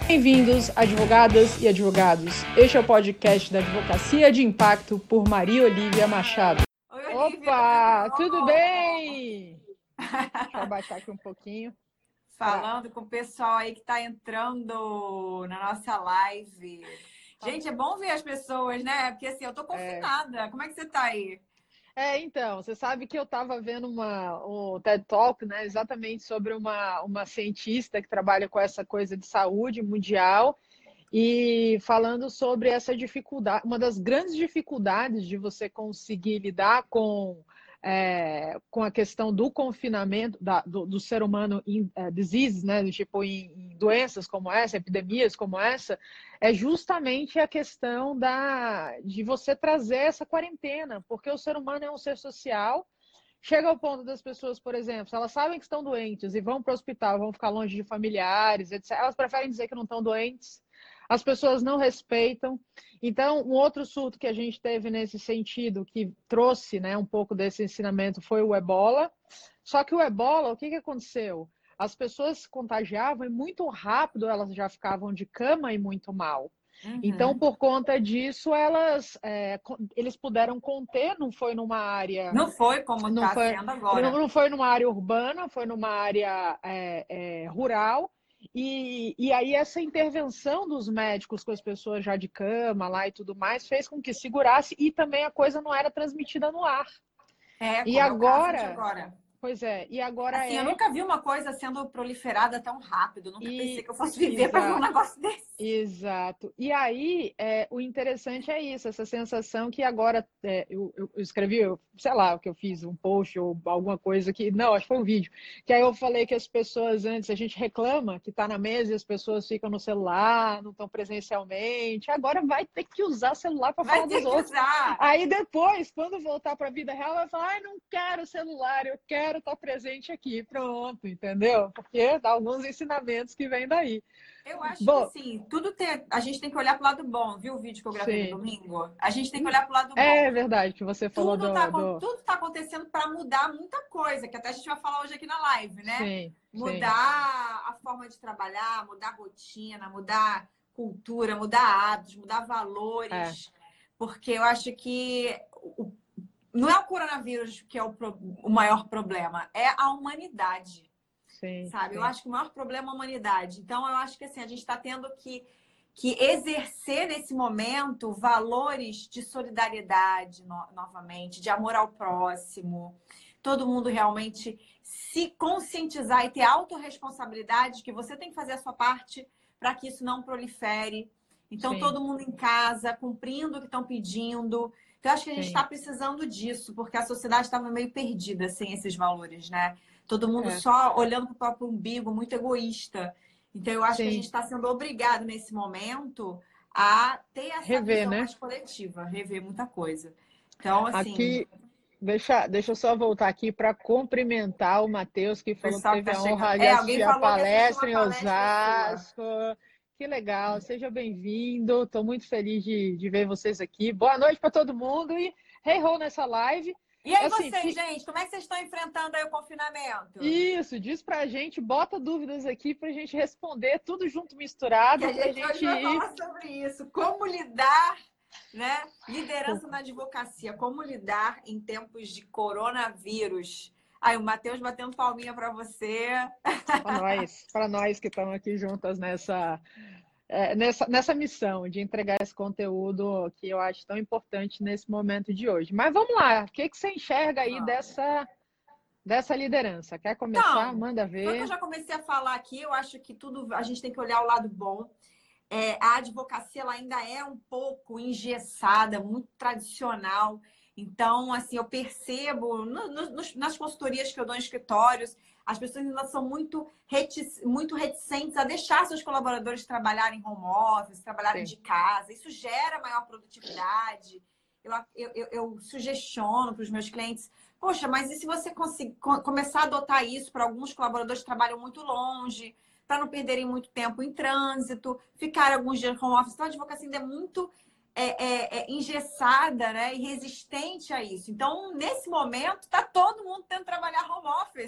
Bem-vindos, advogadas e advogados. Este é o podcast da Advocacia de Impacto por Maria Olívia Machado. Oi, Olívia, Opa, tudo bem? Deixa eu abaixar aqui um pouquinho. Falando com o pessoal aí que está entrando na nossa live. Gente, é bom ver as pessoas, né? Porque assim, eu tô confinada. Como é que você tá aí? Então, você sabe que eu estava vendo um TED Talk, né, exatamente sobre uma cientista que trabalha com essa coisa de saúde mundial e falando sobre essa dificuldade, uma das grandes dificuldades de você conseguir lidar com a questão do confinamento do ser humano em diseases, né, tipo em doenças como essa, epidemias como essa, é justamente a questão de você trazer essa quarentena, porque o ser humano é um ser social. Chega ao ponto das pessoas, por exemplo, se elas sabem que estão doentes e vão para o hospital, vão ficar longe de familiares, etc., elas preferem dizer que não estão doentes. As pessoas não respeitam. Então, um outro surto que a gente teve nesse sentido, que trouxe, né, um pouco desse ensinamento, foi o Ebola. Só que o Ebola, o que aconteceu? As pessoas se contagiavam e muito rápido elas já ficavam de cama e muito mal. Então, por conta disso, eles puderam conter, não foi numa área. Não foi como Não está foi, sendo agora. não foi numa área urbana, foi numa área rural. E aí essa intervenção dos médicos com as pessoas já de cama lá e tudo mais fez com que segurasse e também a coisa não era transmitida no ar. E Como é o caso de agora, agora. pois é, e agora Assim, eu nunca vi uma coisa sendo proliferada tão rápido. Nunca pensei que eu fosse viver para ver um negócio desse. Exato. E aí, o interessante é isso, essa sensação que agora eu escrevi, sei lá, o que eu fiz, um post ou alguma coisa que. Não, acho que foi um vídeo. Que aí eu falei que as pessoas antes, a gente reclama que está na mesa e as pessoas ficam no celular, não estão presencialmente. Agora vai ter que usar celular para falar dos outros. Aí depois, quando voltar para a vida real, vai falar: ai, não quero celular, eu quero estar presente aqui. Pronto, entendeu? Porque dá alguns ensinamentos que vêm daí. Eu acho que assim, a gente tem que olhar para o lado bom. Viu o vídeo que eu gravei no domingo? A gente tem que olhar para o lado bom. É verdade que você falou Tudo está acontecendo para mudar muita coisa, que até a gente vai falar hoje aqui na live, né? Sim, mudar a forma de trabalhar, mudar a rotina, mudar cultura, mudar hábitos, mudar valores. Porque eu acho que não é o coronavírus que é o maior problema, é a humanidade. Sabe? Eu acho que o maior problema é a humanidade. Então, eu acho que assim, a gente está tendo que exercer nesse momento valores de solidariedade novamente, de amor ao próximo. Todo mundo realmente se conscientizar e ter autorresponsabilidade que você tem que fazer a sua parte para que isso não prolifere. Então, todo mundo em casa, cumprindo o que estão pedindo. Então, eu acho que a gente está precisando disso, porque a sociedade estava meio perdida sem esses valores, né? Todo mundo só olhando para o próprio umbigo, muito egoísta. Então, eu acho que a gente está sendo obrigado, nesse momento, a ter essa visão mais coletiva, rever muita coisa. Então, assim... Aqui, deixa eu só voltar aqui para cumprimentar o Matheus, que falou que teve a honra de assistir a palestra em Osasco. Que legal, seja bem-vindo. Estou muito feliz de ver vocês aqui. Boa noite para todo mundo e hey-ho nessa live. E aí, assim, vocês, gente, como é que vocês estão enfrentando aí o confinamento? Isso, diz pra gente, bota dúvidas aqui pra gente responder, tudo junto, misturado. Que a gente vai falar sobre isso. Como lidar, né? Liderança na advocacia. Como lidar em tempos de coronavírus. Aí, o Matheus batendo palminha para você. Para nós que estamos aqui juntas nessa missão de entregar esse conteúdo que eu acho tão importante nesse momento de hoje. Mas vamos lá, o que você enxerga aí dessa liderança? Quer começar? Então, Manda ver. Foi que eu já comecei a falar aqui, eu acho que a gente tem que olhar o lado bom. A advocacia ela ainda é um pouco engessada, muito tradicional. Então, assim, eu percebo nas consultorias que eu dou em escritórios, as pessoas ainda são muito reticentes a deixar seus colaboradores trabalharem em home office, trabalharem de casa. Isso gera maior produtividade. Eu sugestiono para os meus clientes, poxa, mas e se você começar a adotar isso para alguns colaboradores que trabalham muito longe, para não perderem muito tempo em trânsito, ficar alguns dias home office? Então, a advocacia ainda é muito engessada, né, e resistente a isso. Então, nesse momento, está todo mundo tentando trabalhar home office.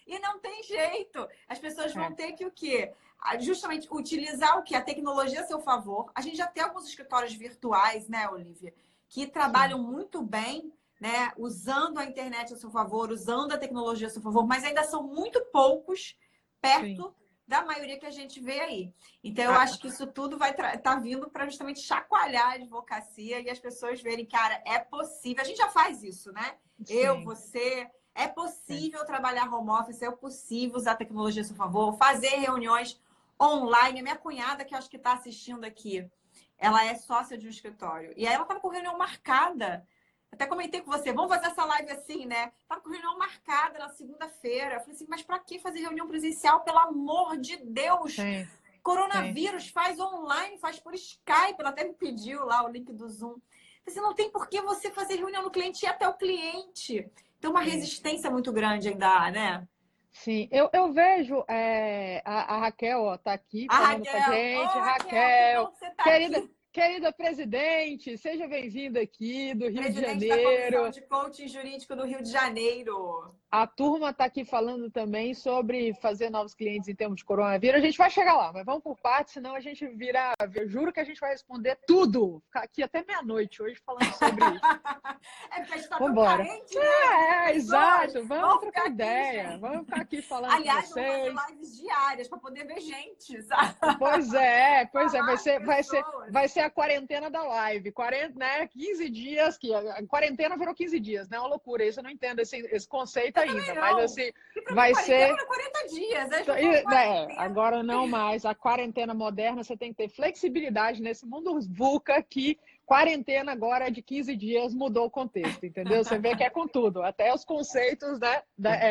E não tem jeito. As pessoas vão ter que o quê? Justamente utilizar o quê? A tecnologia a seu favor. A gente já tem alguns escritórios virtuais, né, Olivia, que trabalham muito bem, né, usando a internet a seu favor, usando a tecnologia a seu favor, mas ainda são muito poucos perto da maioria que a gente vê aí. Então, eu acho que isso tudo vai tá vindo para justamente chacoalhar a advocacia e as pessoas verem, cara, é possível. A gente já faz isso, né? Eu, você, é possível trabalhar home office, é possível usar a tecnologia a seu favor, fazer reuniões online. A minha cunhada, que eu acho que está assistindo aqui, ela é sócia de um escritório. E aí ela estava com reunião marcada. Até comentei com você, vamos fazer essa live assim, né? Tava com reunião marcada na segunda-feira. Eu falei assim, mas para que fazer reunião presencial? Pelo amor de Deus! Coronavírus, faz online, faz por Skype. Ela até me pediu lá o link do Zoom. Você não tem por que você fazer reunião no cliente e ir até o cliente. Tem uma resistência muito grande ainda, né? Sim, eu vejo a Raquel, ó, tá aqui falando com a gente. Raquel, que bom Raquel, que você tá aqui. querida presidente, seja bem-vinda aqui do Rio de Presidente da Comissão Janeiro. de Coaching Jurídico do Rio de Janeiro. A turma está aqui falando também sobre fazer novos clientes em termos de coronavírus. A gente vai chegar lá, mas vamos por partes, senão a gente vira. Eu juro que a gente vai responder tudo. Ficar aqui até meia-noite hoje falando sobre isso. É porque a gente está tão carente, né? Exato. Vamos trocar aqui, ideia. gente. Vamos ficar aqui falando Aliás, com vocês. vamos fazer lives diárias para poder ver gente, sabe? Pois é. Vai ser a quarentena da live. 15 dias, que a quarentena virou 15 dias, né? É uma loucura. Isso eu não entendo esse conceito ainda. Mas assim, vai ser. 40 dias, agora não mais. A quarentena moderna, você tem que ter flexibilidade nesse mundo VUCA que quarentena agora é de 15 dias, mudou o contexto, entendeu? Você vê que é com tudo, até os conceitos, né,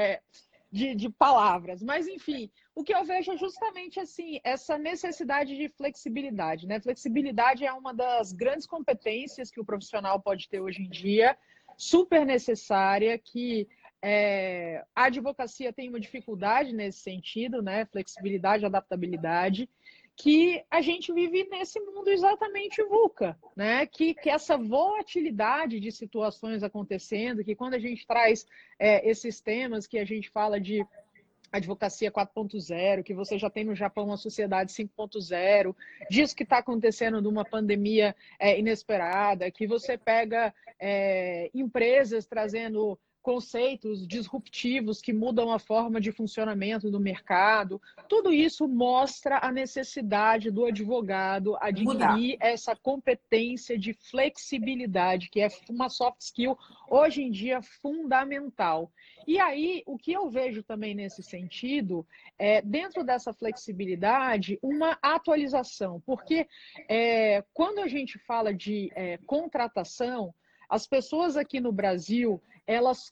de palavras. Mas, enfim, o que eu vejo é justamente assim, essa necessidade de flexibilidade, né? Flexibilidade é uma das grandes competências que o profissional pode ter hoje em dia, super necessária, que a advocacia tem uma dificuldade nesse sentido, né? Flexibilidade, adaptabilidade, que a gente vive nesse mundo exatamente VUCA, né? Que essa volatilidade de situações acontecendo, que quando a gente traz esses temas que a gente fala de advocacia 4.0, que você já tem no Japão uma sociedade 5.0, disso que está acontecendo numa pandemia inesperada, que você pega empresas trazendo conceitos disruptivos que mudam a forma de funcionamento do mercado. Tudo isso mostra a necessidade do advogado adquirir essa competência de flexibilidade, que é uma soft skill, hoje em dia, fundamental. E aí, o que eu vejo também nesse sentido, dentro dessa flexibilidade, uma atualização, porque quando a gente fala de contratação, as pessoas aqui no Brasil, elas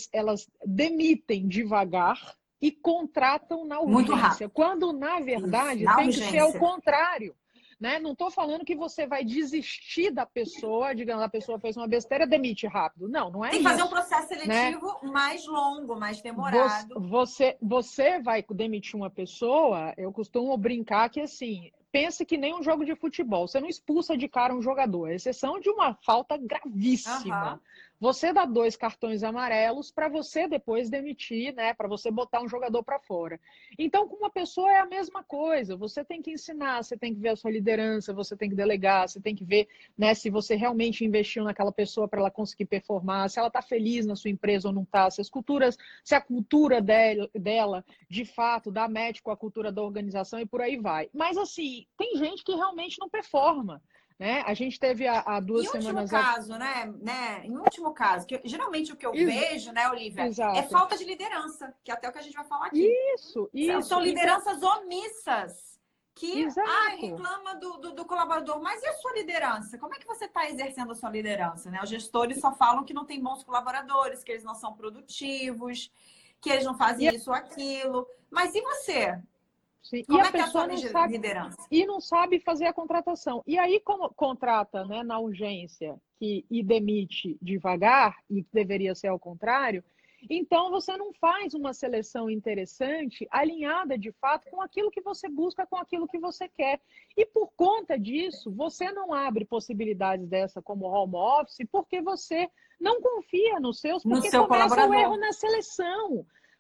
demitem devagar e contratam na urgência, quando, na verdade, tem que ser o contrário. Né? Não estou falando que você vai desistir da pessoa, digamos, a pessoa fez uma besteira, demite rápido. Não, não é isso. Tem que fazer um processo seletivo, né, mais longo, mais demorado. Você vai demitir uma pessoa, eu costumo brincar que assim, pense que nem um jogo de futebol. Você não expulsa de cara um jogador, a exceção de uma falta gravíssima. Você dá 2 cartões amarelos para você depois demitir, né? Para você botar um jogador para fora. Então, com uma pessoa é a mesma coisa. Você tem que ensinar, você tem que ver a sua liderança, você tem que delegar, você tem que ver, né, se você realmente investiu naquela pessoa para ela conseguir performar, se ela está feliz na sua empresa ou não está, se a cultura dela, de fato, dá match com a cultura da organização e por aí vai. Mas, assim, tem gente que realmente não performa. Né? A gente teve há 2 semanas... Em último caso, que geralmente o que eu vejo, né, Olivia, é falta de liderança, que é até o que a gente vai falar aqui. Isso. São lideranças omissas, que reclama do colaborador. Mas e a sua liderança? Como é que você está exercendo a sua liderança? Né? Os gestores só falam que não tem bons colaboradores, que eles não são produtivos, que eles não fazem isso ou aquilo. Mas e você? Sim. Como e a é que pessoa é a não sua sabe, liderança? e não sabe fazer a contratação. E aí, como contrata, né, na urgência e demite devagar, e deveria ser ao contrário, então você não faz uma seleção interessante, alinhada de fato com aquilo que você busca, com aquilo que você quer. E por conta disso, você não abre possibilidades dessa como home office, porque você não confia nos seus, porque começa o erro na seleção.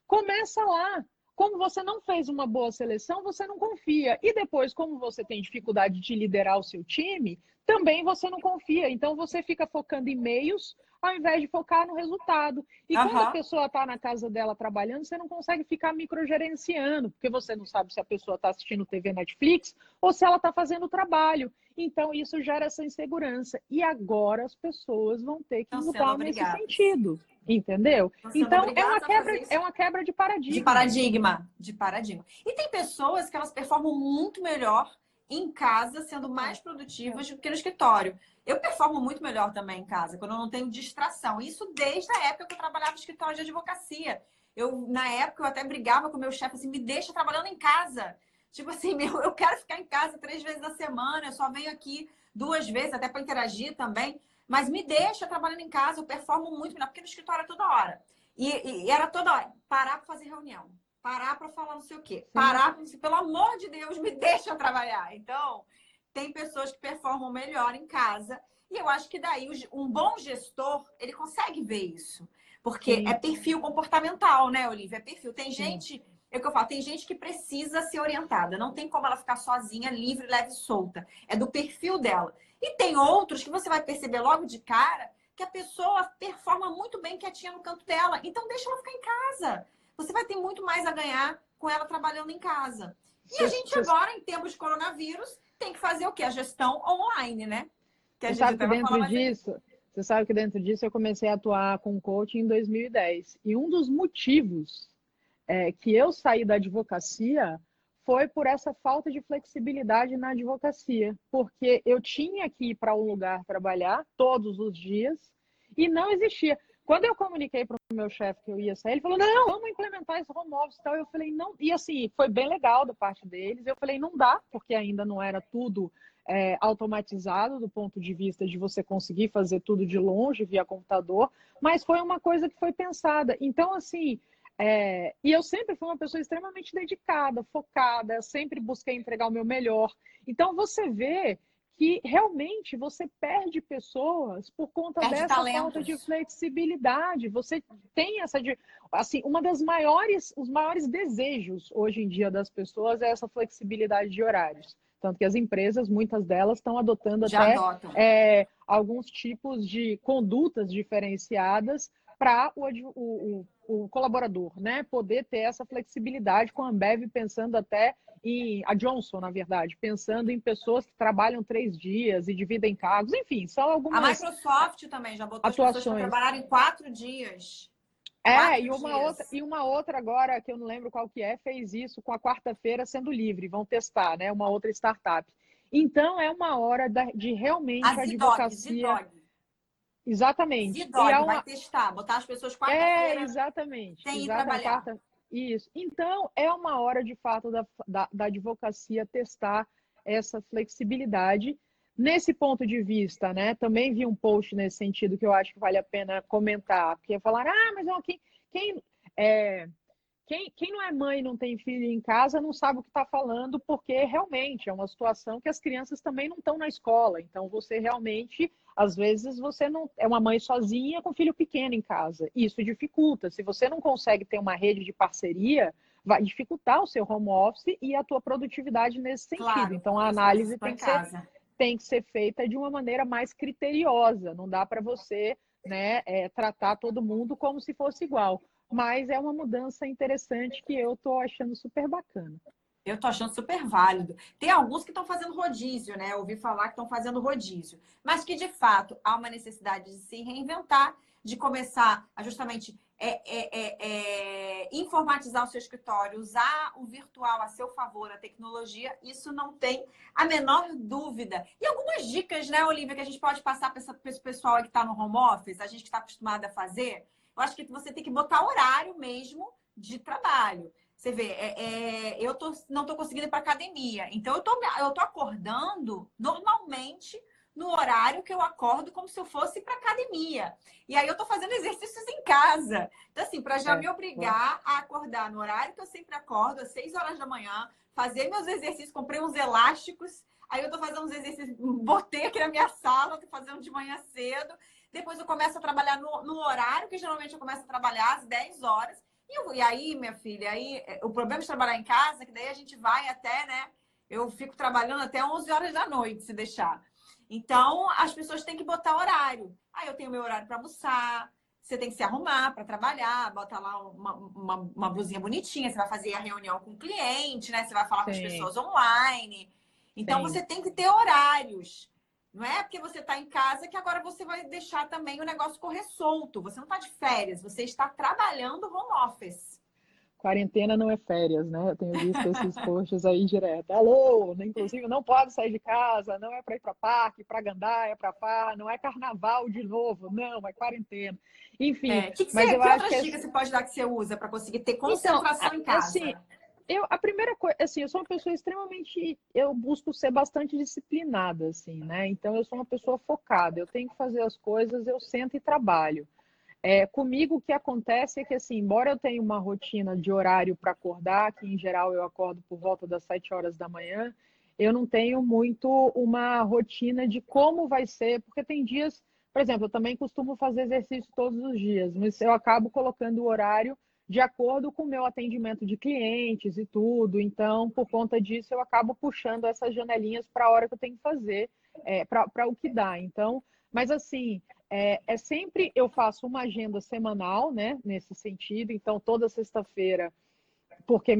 Começa lá. Como você não fez uma boa seleção, você não confia. E depois, como você tem dificuldade de liderar o seu time, também você não confia. Então, você fica focando em meios ao invés de focar no resultado. E quando a Aham. pessoa está na casa dela trabalhando, você não consegue ficar microgerenciando, porque você não sabe se a pessoa está assistindo TV Netflix ou se ela está fazendo o trabalho. Então, isso gera essa insegurança. E agora as pessoas vão ter que Estão sendo mudar nesse obrigadas. sentido. Entendeu? Estão sendo Então, obrigadas a fazer é isso. uma quebra de De paradigma. paradigma, de paradigma. E tem pessoas que elas performam muito melhor em casa, sendo mais produtivas do que no escritório. Eu performo muito melhor também em casa, quando eu não tenho distração. Isso desde a época que eu trabalhava no escritório de advocacia. Na época, eu até brigava com o meu chefe assim, me deixa trabalhando em casa. Tipo assim, eu quero ficar em casa 3 vezes na semana, eu só venho aqui 2 vezes, até para interagir também. Mas me deixa trabalhando em casa, eu performo muito melhor, porque no escritório é toda hora. E era toda hora, parar para fazer reunião, parar para falar não sei o quê, Sim, parar, pelo amor de Deus, me deixa trabalhar. Então, tem pessoas que performam melhor em casa, e eu acho que daí um bom gestor, ele consegue ver isso. Porque é sim, perfil comportamental, né, Olivia? É perfil. Tem sim. gente, é o que eu falo, tem gente que precisa ser orientada. Não tem como ela ficar sozinha, livre, leve e solta. É do perfil dela. E tem outros que você vai perceber logo de cara que a pessoa performa muito bem quietinha no canto dela. Então, deixa ela ficar em casa. Você vai ter muito mais a ganhar com ela trabalhando em casa. E a gente agora, em tempos de coronavírus, tem que fazer o quê? A gestão online, né? Que a Você gente sabe até que vai falar dentro mais aqui. disso, você sabe que dentro disso eu comecei a atuar com coaching em 2010. E um dos motivos que eu saí da advocacia foi por essa falta de flexibilidade na advocacia, porque eu tinha que ir para um lugar trabalhar todos os dias e não existia. Quando eu comuniquei para o meu chefe que eu ia sair, ele falou: não, vamos implementar esse home office e tal. Eu falei: não. E assim, foi bem legal da parte deles. Eu falei: não dá, porque ainda não era tudo automatizado do ponto de vista de você conseguir fazer tudo de longe via computador, mas foi uma coisa que foi pensada. Então, assim, e eu sempre fui uma pessoa extremamente dedicada, focada, sempre busquei entregar o meu melhor. Então, você vê que realmente você perde pessoas por conta Perde dessa falta de talentos. flexibilidade. Você tem essa assim, os maiores desejos hoje em dia das pessoas é essa flexibilidade de horários. Tanto que as empresas, muitas delas, estão adotando Já até adotam. alguns tipos de condutas diferenciadas para o colaborador, né? Poder ter essa flexibilidade com a Ambev pensando até a Johnson, na verdade, pensando em pessoas que trabalham 3 dias e dividem cargos, enfim, são A algumas Microsoft também já botou as pessoas para atuações. trabalhar em 4 dias. É, 4 e dias. uma outra agora, que eu não lembro qual que fez isso com a quarta-feira sendo livre, vão testar, né? Uma outra startup. Então, é uma hora de A realmente a Zidog, advocacia. Zidog. Exatamente. E Zidog vai testar, botar as pessoas quarta-feira exatamente. sem ir Exatamente. trabalhar. Quarta, isso. Então, é uma hora, de fato, da advocacia testar essa flexibilidade. Nesse ponto de vista, né? Também vi um post nesse sentido que eu acho que vale a pena comentar, porque falar, mas não, quem, é, quem não é mãe e não tem filho em casa não sabe o que está falando, porque realmente é uma situação que as crianças também não estão na escola. Então, você realmente, às vezes, você não é uma mãe sozinha com filho pequeno em casa. Isso dificulta. Se você não consegue ter uma rede de parceria, vai dificultar o seu home office e a tua produtividade nesse sentido. Claro, Então, a porque as crianças análise estão em casa. tem que ser feita de uma maneira mais criteriosa. Não dá para você, né, tratar todo mundo como se fosse igual. Mas é uma mudança interessante que eu estou achando super bacana. Eu tô achando super válido. Tem alguns que estão fazendo rodízio, né? Eu ouvi falar que estão fazendo rodízio. Mas que, de fato, há uma necessidade de se reinventar, de começar a justamente informatizar o seu escritório, usar o virtual a seu favor, a tecnologia. Isso não tem a menor dúvida. E algumas dicas, né, Olivia, que a gente pode passar para esse pessoal que está no home office, a gente que está acostumado a fazer. Eu acho que você tem que botar horário mesmo de trabalho. Você vê, não estou conseguindo ir para academia. Então, eu tô acordando normalmente no horário que eu acordo, como se eu fosse para academia. E aí, eu estou fazendo exercícios em casa. Então, assim, para já me obrigar a acordar no horário que eu sempre acordo, às 6 horas da manhã, fazer meus exercícios, comprei uns elásticos. Aí, eu estou fazendo uns exercícios, botei aqui na minha sala, estou fazendo de manhã cedo. Depois, eu começo a trabalhar no horário que geralmente eu começo a trabalhar, às 10 horas. E aí, minha filha, aí, o problema de trabalhar em casa é que daí a gente vai até, né? Eu fico trabalhando até 11 horas da noite, se deixar. Então, as pessoas têm que botar horário. Aí eu tenho meu horário para almoçar, você tem que se arrumar para trabalhar, bota lá uma blusinha bonitinha, você vai fazer a reunião com o cliente, né? Você vai falar com as Sim, pessoas online. Então, sim. você tem que ter horários. Não é porque você está em casa que agora você vai deixar também o negócio correr solto. Você não está de férias, você está trabalhando home office. Quarentena não é férias, né? Eu tenho visto esses posts aí direto. Alô, inclusive não pode sair de casa, não é para ir para parque, para gandaia, para farra, não é carnaval de novo, não, é quarentena. Enfim, mas eu Que acho que outras dicas você pode dar que você usa para conseguir ter então, concentração em assim, casa? a primeira coisa, assim, eu sou uma pessoa extremamente, eu busco ser bastante disciplinada, assim, né? Então eu sou uma pessoa focada, eu tenho que fazer as coisas, eu sento e trabalho. Comigo, o que acontece é que, assim, embora eu tenha uma rotina de horário para acordar, que em geral eu acordo por volta das 7 horas da manhã, eu não tenho muito uma rotina de como vai ser, porque tem dias, por exemplo, eu também costumo fazer exercício todos os dias, mas eu acabo colocando o horário de acordo com o meu atendimento de clientes e tudo. Então, por conta disso, eu acabo puxando essas janelinhas para a hora que eu tenho que fazer, para o que dá. Então, mas assim. Sempre eu faço uma agenda semanal, né, nesse sentido. Então, toda sexta-feira, porque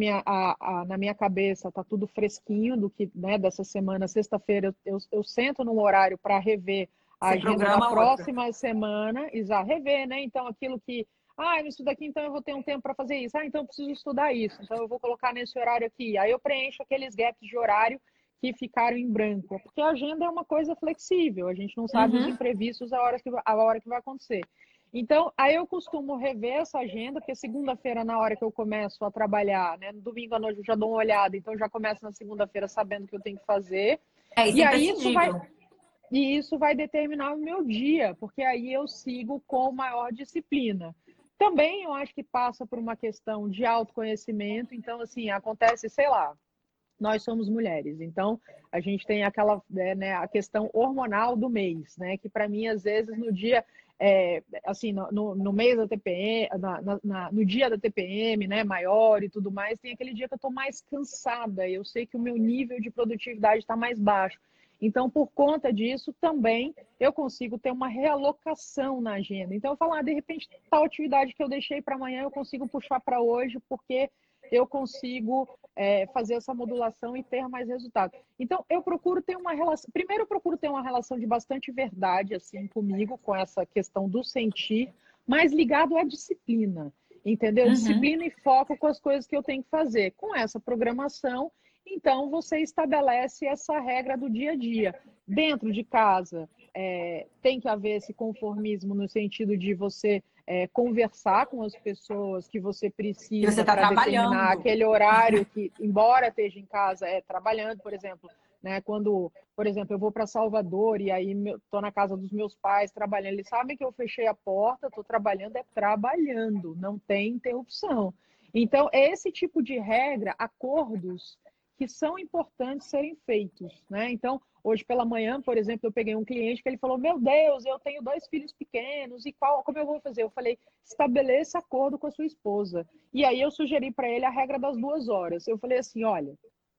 na minha cabeça tá tudo fresquinho do que, né, dessa semana. Sexta-feira eu sento num horário para rever a Você agenda da programa outra. próxima semana e já rever, né? Então, aquilo que, isso daqui, então eu vou ter um tempo para fazer isso. Então eu preciso estudar isso. Então eu vou colocar nesse horário aqui. Aí eu preencho aqueles gaps de horário que ficaram em branco, porque a agenda é uma coisa flexível, a gente não sabe os Uhum. imprevistos a hora que vai acontecer. Então, aí eu costumo rever essa agenda, porque segunda-feira, na hora que eu começo a trabalhar, né? No domingo à noite eu já dou uma olhada, então eu já começo na segunda-feira sabendo o que eu tenho que fazer. Isso E é aí isso vai, imprescindível. e isso vai determinar o meu dia, porque aí eu sigo com maior disciplina. Também eu acho que passa por uma questão de autoconhecimento, então assim, acontece, sei lá, nós somos mulheres, então a gente tem aquela, né, a questão hormonal do mês, né? Que para mim, às vezes, no dia, assim, no mês da TPM, no dia da TPM, né, maior e tudo mais, tem aquele dia que eu estou mais cansada, eu sei que o meu nível de produtividade está mais baixo. Então, por conta disso, também eu consigo ter uma realocação na agenda. Então, eu falo, de repente, tal atividade que eu deixei para amanhã, eu consigo puxar para hoje, porque eu consigo fazer essa modulação e ter mais resultado. Então, eu procuro ter uma relação. Primeiro, eu procuro ter uma relação de bastante verdade, assim, comigo, com essa questão do sentir, mas ligado à disciplina, entendeu? Uhum. Disciplina e foco com as coisas que eu tenho que fazer. Com essa programação, então, você estabelece essa regra do dia a dia. Dentro de casa, tem que haver esse conformismo no sentido de você conversar com as pessoas que você E você precisa está para determinar trabalhando. aquele horário que, embora esteja em casa, trabalhando, por exemplo, né? Quando, por exemplo, eu vou para Salvador e aí estou na casa dos meus pais trabalhando, eles sabem que eu fechei a porta, estou trabalhando, trabalhando, não tem interrupção. Então, é esse tipo de regra, acordos que são importantes serem feitos, né? Então, hoje pela manhã, por exemplo, eu peguei um cliente que ele falou: Meu Deus, eu tenho 2 filhos pequenos e como eu vou fazer? Eu falei: estabeleça acordo com a sua esposa. E aí eu sugeri para ele a regra das 2 horas. Eu falei assim: olha,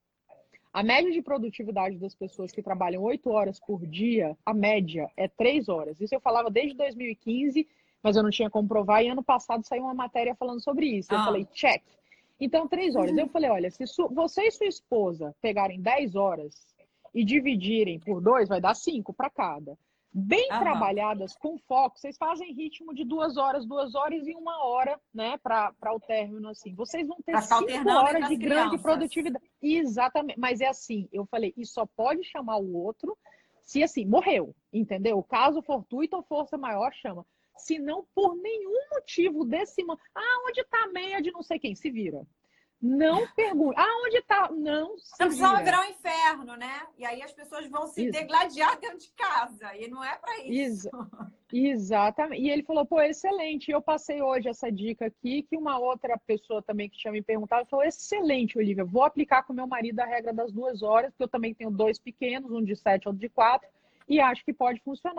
a média de produtividade das pessoas que trabalham 8 horas por dia, a média é 3 horas. Isso eu falava desde 2015, mas eu não tinha como provar. E ano passado saiu uma matéria falando sobre isso. Eu falei: Ah, check. Então, 3 horas. Eu falei: olha, se você e sua esposa pegarem 10 horas e dividirem por dois, vai dar 5 para cada. Bem aham. trabalhadas, com foco, vocês fazem ritmo de 2 horas e 1 hora, né, para o término, assim. Vocês vão ter Para ficar cinco alternando horas entre de as grande crianças. produtividade. Exatamente. Mas é assim, eu falei, e só pode chamar o outro se, assim, morreu, entendeu? Caso fortuito ou força maior, chama. Se não, por nenhum motivo desse... onde está a meia de não sei quem? Se vira. Não pergunte. Onde está? Não se Não senão vai vira. virar um inferno, né? E aí as pessoas vão se Isso. degladiar dentro de casa. E não é para isso. Exatamente. E ele falou, pô, excelente. Eu passei hoje essa dica aqui, que uma outra pessoa também que tinha me perguntado falou, excelente, Olivia, vou aplicar com meu marido a regra das 2 horas, porque eu também tenho 2 pequenos, um de 7 e outro de 4, e acho que pode funcionar.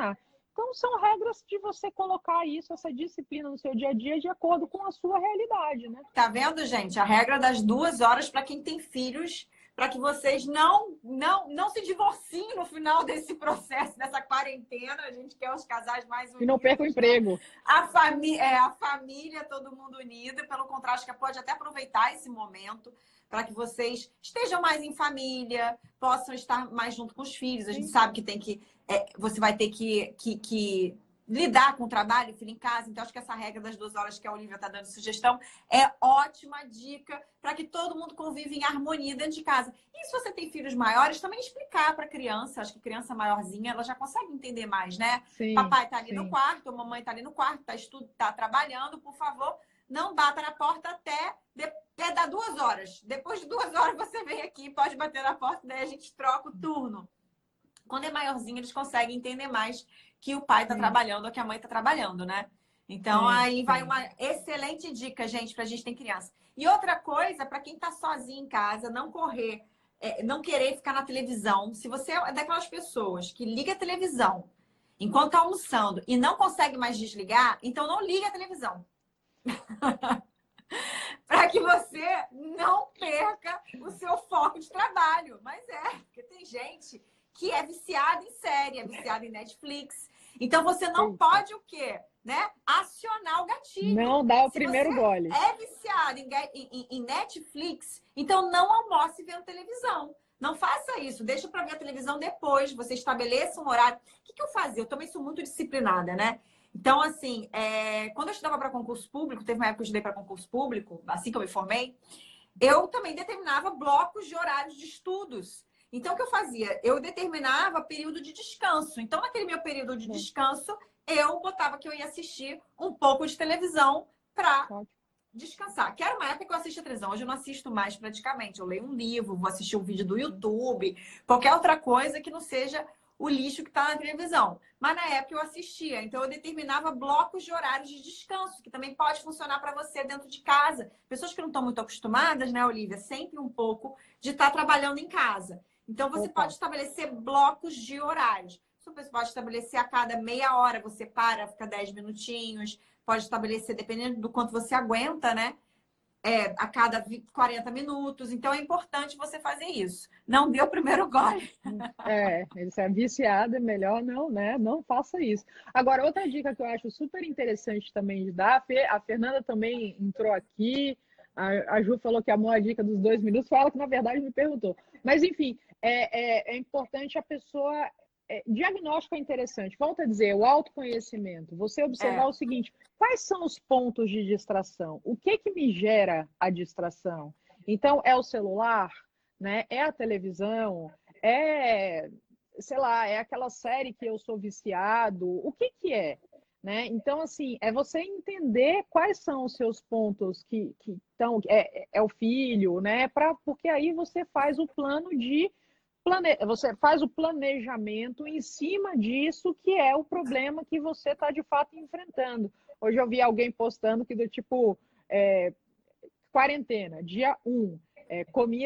Então, são regras de você colocar isso, essa disciplina no seu dia a dia de acordo com a sua realidade, né? Tá vendo, gente? A regra das 2 horas para quem tem filhos, para que vocês não se divorciem no final desse processo, dessa quarentena. A gente quer os casais mais unidos. E não perca o emprego. A família, todo mundo unido. Pelo contrário, acho que pode até aproveitar esse momento para que vocês estejam mais em família, possam estar mais junto com os filhos. A gente sabe que tem que... você vai ter que lidar com o trabalho, filho em casa. Então, acho que essa regra das 2 horas que a Olivia está dando sugestão é ótima dica para que todo mundo conviva em harmonia dentro de casa. E se você tem filhos maiores, também explicar para a criança. Acho que criança maiorzinha, ela já consegue entender mais, né? Sim, papai está ali no quarto, a mamãe está ali no quarto, tá trabalhando, por favor, não bata na porta até dar 2 horas. Depois de 2 horas você vem aqui, pode bater na porta, daí a gente troca o turno. Quando é maiorzinho, eles conseguem entender mais que o pai está trabalhando ou que a mãe está trabalhando, né? Então, aí vai uma excelente dica, gente, para a gente ter criança. E outra coisa, para quem está sozinho em casa, não correr, não querer ficar na televisão. Se você é daquelas pessoas que liga a televisão enquanto está almoçando e não consegue mais desligar, então não liga a televisão. Para que você não perca o seu foco de trabalho. Mas porque tem gente que é viciada em série, é viciada em Netflix. Então, você não pode o quê? Né? Acionar o gatilho. Não dá o primeiro gole. É viciado em Netflix, então não almoce vendo televisão. Não faça isso. Deixa para ver a televisão depois. Você estabeleça um horário. O que eu fazia? Eu também sou muito disciplinada, né? Então, assim, quando eu estudava para concurso público, teve uma época que eu estudei para concurso público, assim que eu me formei, eu também determinava blocos de horários de estudos. Então, o que eu fazia? Eu determinava período de descanso. Então, naquele meu período de descanso, eu botava que eu ia assistir um pouco de televisão para descansar. Que era uma época que eu assistia televisão. Hoje eu não assisto mais praticamente. Eu leio um livro, vou assistir um vídeo do YouTube, qualquer outra coisa que não seja o lixo que está na televisão. Mas na época eu assistia. Então, eu determinava blocos de horários de descanso, que também pode funcionar para você dentro de casa. Pessoas que não estão muito acostumadas, né, Olivia? Sempre um pouco de estar trabalhando em casa. Então, você pode estabelecer blocos de horários. Você pode estabelecer a cada meia hora, você fica 10 minutinhos. Pode estabelecer, dependendo do quanto você aguenta, né? A cada 40 minutos. Então, é importante você fazer isso. Não dê o primeiro gole. Ele é viciado, é melhor não, né? Não faça isso. Agora, outra dica que eu acho super interessante também de dar, a Fernanda também entrou aqui, a Ju falou que amou a dica dos 2 minutos, foi ela que, na verdade, me perguntou. Mas, enfim, é importante a pessoa... diagnóstico é interessante. Volto a dizer, o autoconhecimento. Você observar o seguinte, quais são os pontos de distração? O que me gera a distração? Então, é o celular, né? É a televisão? Sei lá, é aquela série que eu sou viciado? O que é? Né? Então, assim, é você entender quais são os seus pontos que estão... É o filho, né? Porque aí você faz o plano de... Você faz o planejamento em cima disso, que é o problema que você está, de fato, enfrentando. Hoje eu vi alguém postando que do tipo... quarentena, dia 1. Comi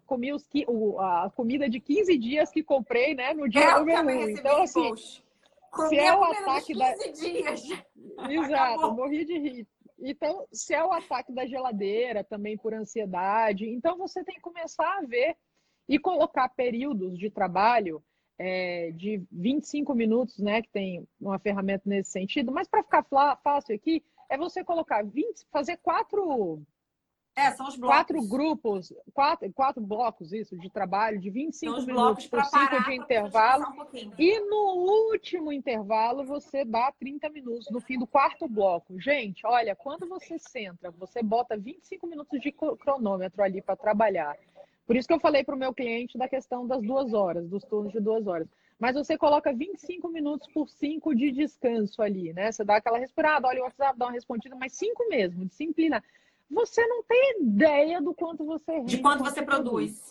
a comida de 15 dias que comprei, né, no dia número 1. Então, assim... Se é o ataque da 15 dias. Exato, morri de rir. Então, se é o ataque da geladeira, também por ansiedade, então você tem que começar a ver e colocar períodos de trabalho de 25 minutos, né, que tem uma ferramenta nesse sentido, mas para ficar fácil aqui, é você colocar fazer 4... são os blocos. 4 grupos, 4 blocos isso, de trabalho, de 25 minutos por 5 de intervalo. E no último intervalo, você dá 30 minutos no fim do 4º bloco. Gente, olha, quando você senta, você bota 25 minutos de cronômetro ali para trabalhar. Por isso que eu falei para o meu cliente da questão das 2 horas, dos turnos de 2 horas. Mas você coloca 25 minutos por 5 de descanso ali, né? Você dá aquela respirada, olha o WhatsApp, dá uma respondida, mas 5 mesmo, disciplina. Você não tem ideia do quanto você rende. De quanto você produz.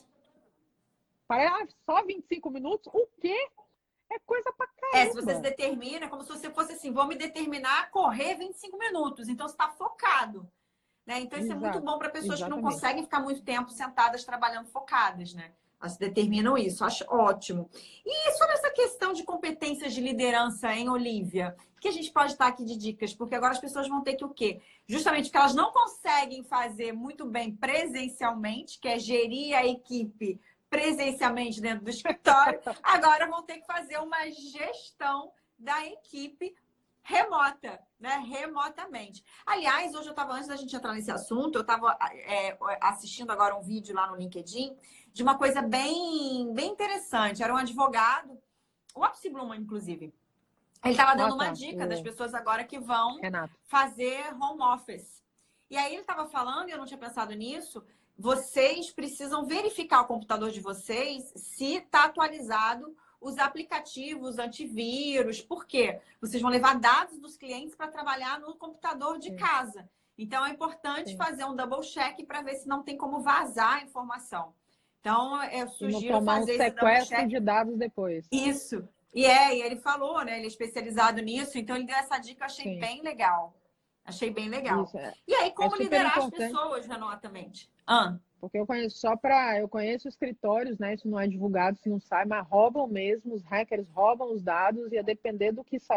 Só 25 minutos? O quê? É coisa pra caramba. Se você se determina, como se você fosse assim, vou me determinar a correr 25 minutos. Então, você está focado. Né? Então, isso é muito bom para pessoas que não conseguem ficar muito tempo sentadas trabalhando focadas, né? Elas determinam isso, acho ótimo. E sobre essa questão de competências de liderança, hein, Olivia? O que a gente pode estar aqui de dicas? Porque agora as pessoas vão ter que o quê? Justamente porque elas não conseguem fazer muito bem presencialmente, que é gerir a equipe presencialmente dentro do escritório, agora vão ter que fazer uma gestão da equipe remota, né? Remotamente. Aliás, hoje eu estava, antes da gente entrar nesse assunto, eu estava assistindo agora um vídeo lá no LinkedIn de uma coisa bem interessante. Era um advogado, o Apsi Bluma, inclusive. Ele estava dando uma dica das pessoas agora que vão fazer home office. E aí ele estava falando, e eu não tinha pensado nisso, vocês precisam verificar o computador de vocês se está atualizado os aplicativos antivírus. Por quê? Vocês vão levar dados dos clientes para trabalhar no computador de casa. Então, é importante fazer um double check para ver se não tem como vazar a informação. Então, eu sugiro fazer esse double check de dados depois. Isso. E ele falou, né? Ele é especializado nisso, então ele deu essa dica, eu achei bem legal. Achei bem legal. Isso, E aí, como liderar as pessoas remotamente? Porque eu conheço escritórios, né? Isso não é divulgado, se não sai, mas roubam mesmo, os hackers roubam os dados e a depender do que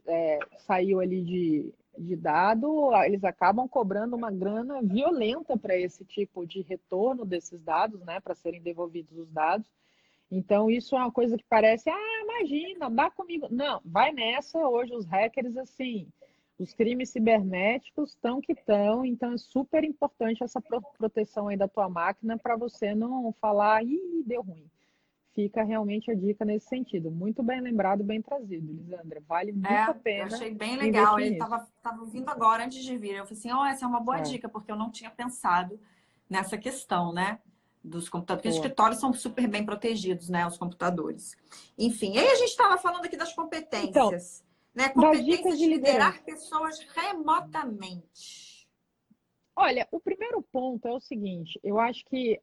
saiu ali de dado, eles acabam cobrando uma grana violenta para esse tipo de retorno desses dados, né? Para serem devolvidos os dados. Então, isso é uma coisa que parece, imagina, dá comigo. Não, vai nessa, hoje os hackers, assim, os crimes cibernéticos estão que estão, então é super importante essa proteção aí da tua máquina para você não falar, deu ruim. Fica realmente a dica nesse sentido. Muito bem lembrado, bem trazido, Lisandra. Vale muito a pena. Eu achei bem legal. Ele estava vindo agora, antes de vir. Eu falei assim, essa é uma boa dica, porque eu não tinha pensado nessa questão, né? Dos computadores, porque os escritórios são super bem protegidos, né? Os computadores. Enfim, e aí a gente estava falando aqui das competências. Né? Competências de liderar pessoas remotamente. Olha, o primeiro ponto é o seguinte, eu acho que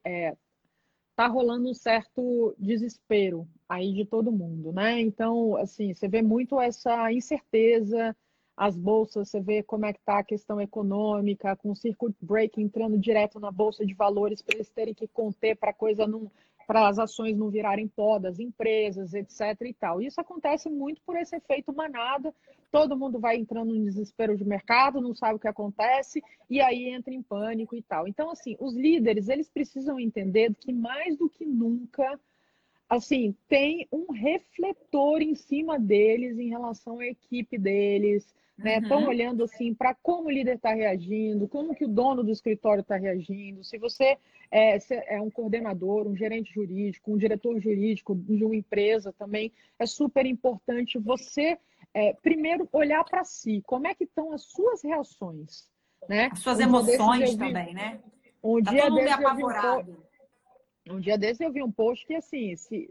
tá rolando um certo desespero aí de todo mundo, né? Então, assim, você vê muito essa incerteza, as bolsas, você vê como é que tá a questão econômica, com o circuit break entrando direto na bolsa de valores para eles terem que conter para as ações não virarem pó das empresas, etc. e tal. Isso acontece muito por esse efeito manada. Todo mundo vai entrando no desespero de mercado, não sabe o que acontece, e aí entra em pânico e tal. Então, assim, os líderes, eles precisam entender que mais do que nunca, assim, tem um refletor em cima deles em relação à equipe deles, né? Estão olhando assim para como o líder está reagindo, como que o dono do escritório está reagindo. Se você é um coordenador, um gerente jurídico, um diretor jurídico de uma empresa também, é super importante você primeiro olhar para si, como é que estão as suas reações, né? As suas emoções também, né? Tá todo mundo meio apavorado. Um dia desse eu vi um post que, assim,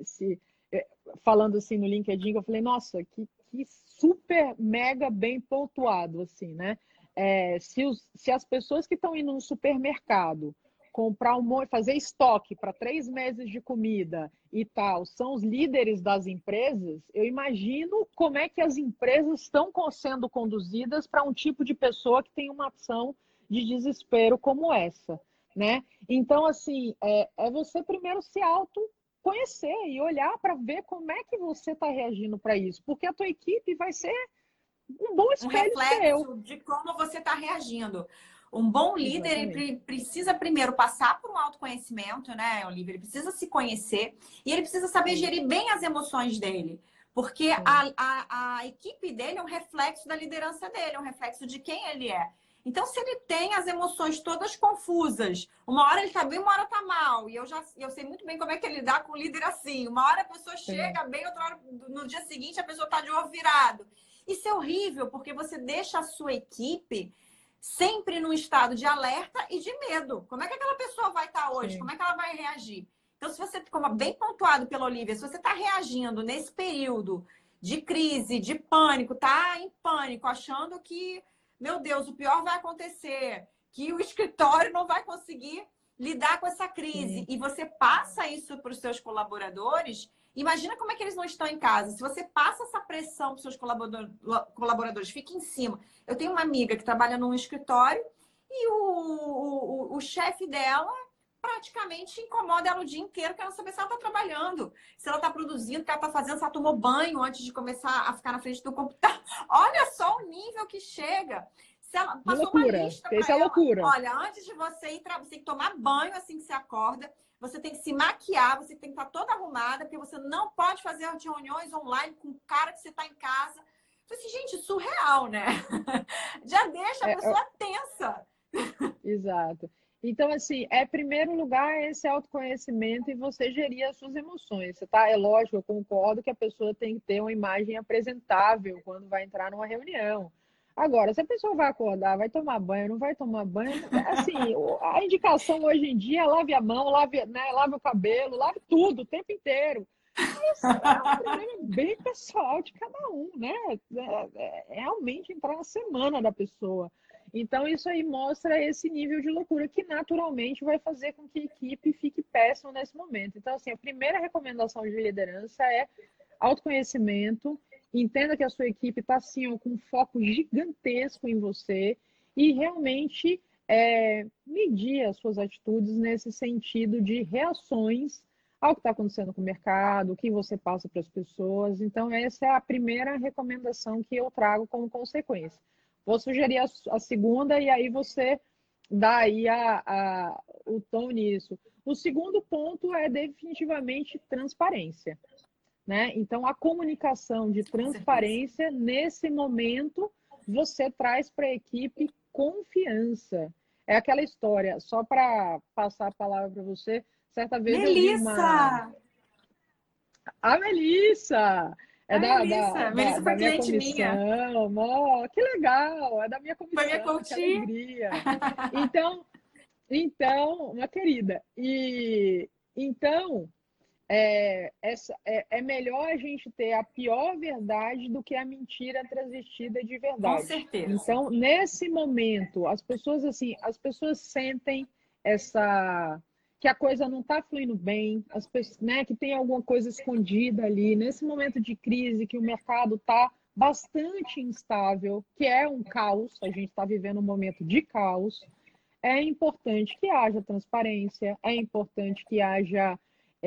falando assim no LinkedIn, eu falei, nossa, que super, mega bem pontuado, assim, né? Se as pessoas que estão indo no supermercado comprar fazer estoque para 3 meses de comida e tal, são os líderes das empresas, eu imagino como é que as empresas estão sendo conduzidas para um tipo de pessoa que tem uma ação de desespero como essa, né? Então, assim, é você primeiro se autoconhecer e olhar para ver como é que você está reagindo para isso, porque a tua equipe vai ser um bom espelho reflexo de como você está reagindo. Um bom líder, ele precisa primeiro passar por um autoconhecimento, né, Olivia? Ele precisa se conhecer e ele precisa saber gerir bem as emoções dele. Porque a equipe dele é um reflexo da liderança dele, é um reflexo de quem ele é. Então, se ele tem as emoções todas confusas, uma hora ele tá bem, uma hora tá mal. E eu sei muito bem como é que ele lidar com o líder assim. Uma hora a pessoa chega bem, outra hora, no dia seguinte, a pessoa tá de ovo virado. Isso é horrível, porque você deixa a sua equipe sempre num estado de alerta e de medo. Como é que aquela pessoa vai estar hoje? Como é que ela vai reagir? Então, se você, como bem pontuado pela Olivia, se você está reagindo nesse período de crise, de pânico, tá em pânico, achando que, meu Deus, o pior vai acontecer, que o escritório não vai conseguir lidar com essa crise, e você passa isso para os seus colaboradores, imagina como é que eles não estão em casa. Se você passa essa pressão para os seus colaboradores, fica em cima. Eu tenho uma amiga que trabalha num escritório e o chefe dela praticamente incomoda ela o dia inteiro, querendo saber se ela está trabalhando, se ela está produzindo, o que ela está fazendo, se ela tomou banho antes de começar a ficar na frente do computador. Olha só o nível que chega. Se ela De passou uma loucura. lista para Isso é ela, loucura. olha, antes de você ir, você tem que tomar banho assim que você acorda, você tem que se maquiar, você tem que estar toda arrumada, porque você não pode fazer as reuniões online com o cara que você está em casa. Eu falei assim, gente, surreal, né? Já deixa a pessoa tensa. Exato. Então, assim, primeiro lugar esse autoconhecimento e você gerir as suas emoções. Você tá? É lógico, eu concordo que a pessoa tem que ter uma imagem apresentável quando vai entrar numa reunião. Agora, se a pessoa vai acordar, vai tomar banho, não vai tomar banho, assim, a indicação hoje em dia é lave a mão, lave o cabelo, lave tudo o tempo inteiro. Mas é um problema bem pessoal de cada um, né? Realmente entrar na semana da pessoa. Então, isso aí mostra esse nível de loucura que naturalmente vai fazer com que a equipe fique péssima nesse momento. Então, assim, a primeira recomendação de liderança é autoconhecimento, entenda que a sua equipe está, assim, com um foco gigantesco em você e realmente medir as suas atitudes nesse sentido de reações ao que está acontecendo com o mercado, o que você passa para as pessoas. Então, essa é a primeira recomendação que eu trago como consequência. Vou sugerir a segunda e aí você dá aí o tom nisso. O segundo ponto é definitivamente transparência, né? Então, a comunicação de transparência, nesse momento, você traz para a equipe confiança. É aquela história, só para passar a palavra para você, certa vez eu vi Melissa! A Melissa! É Melissa da foi minha cliente minha. comissão. Oh, que legal! É da minha Foi minha comissão, que coach. alegria! Então, uma querida. E então, é melhor a gente ter a pior verdade do que a mentira transvestida de Com verdade. certeza. Então, nesse momento, as pessoas sentem essa que a coisa não está fluindo bem, as pessoas, né, que tem alguma coisa escondida ali. Nesse momento de crise, que o mercado está bastante instável, que é um caos, a gente está vivendo um momento de caos. É importante que haja transparência, é importante que haja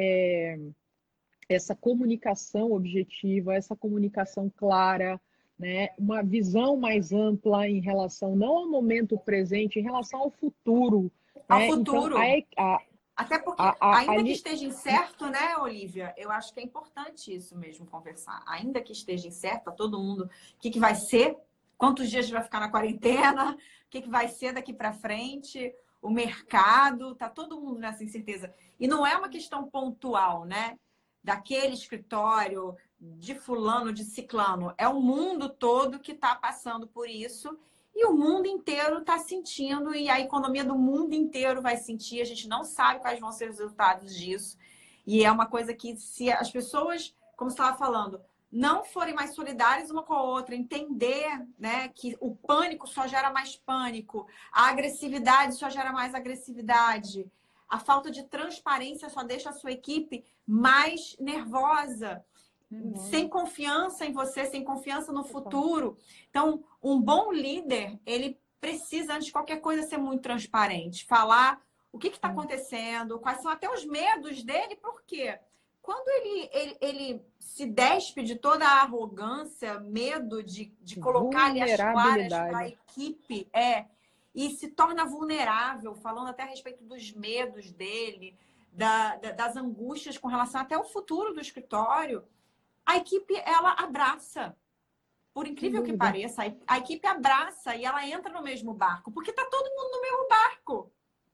essa comunicação objetiva, essa comunicação clara, né? Uma visão mais ampla em relação, não ao momento presente, em relação ao futuro. Ao Né? Então, futuro. Até porque, ainda que esteja incerto, né, Olivia? Eu acho que é importante isso mesmo, conversar. Ainda que esteja incerto, a todo mundo, o que vai ser, quantos dias a gente vai ficar na quarentena, o que vai ser daqui para frente, o mercado, tá todo mundo nessa incerteza. E não é uma questão pontual, né? Daquele escritório, de fulano, de ciclano. É o mundo todo que está passando por isso. E o mundo inteiro está sentindo, e a economia do mundo inteiro vai sentir. A gente não sabe quais vão ser os resultados disso. E é uma coisa que, se as pessoas, como você estava falando, não forem mais solidárias uma com a outra, entender, né, que o pânico só gera mais pânico, a agressividade só gera mais agressividade, a falta de transparência só deixa a sua equipe mais nervosa. Sem confiança em você, sem confiança no futuro. Então, um bom líder, ele precisa, antes de qualquer coisa, ser muito transparente. Falar o que está acontecendo, quais são até os medos dele, por quê? Quando ele se despe de toda a arrogância, medo de colocar ali as claras para a equipe, e se torna vulnerável, falando até a respeito dos medos dele, das angústias com relação até ao futuro do escritório, a equipe, ela abraça. Por incrível que pareça, a equipe abraça e ela entra no mesmo barco, porque está todo mundo no mesmo barco.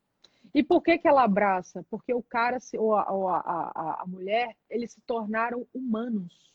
E por que ela abraça? Porque o cara ou a mulher, eles se tornaram humanos.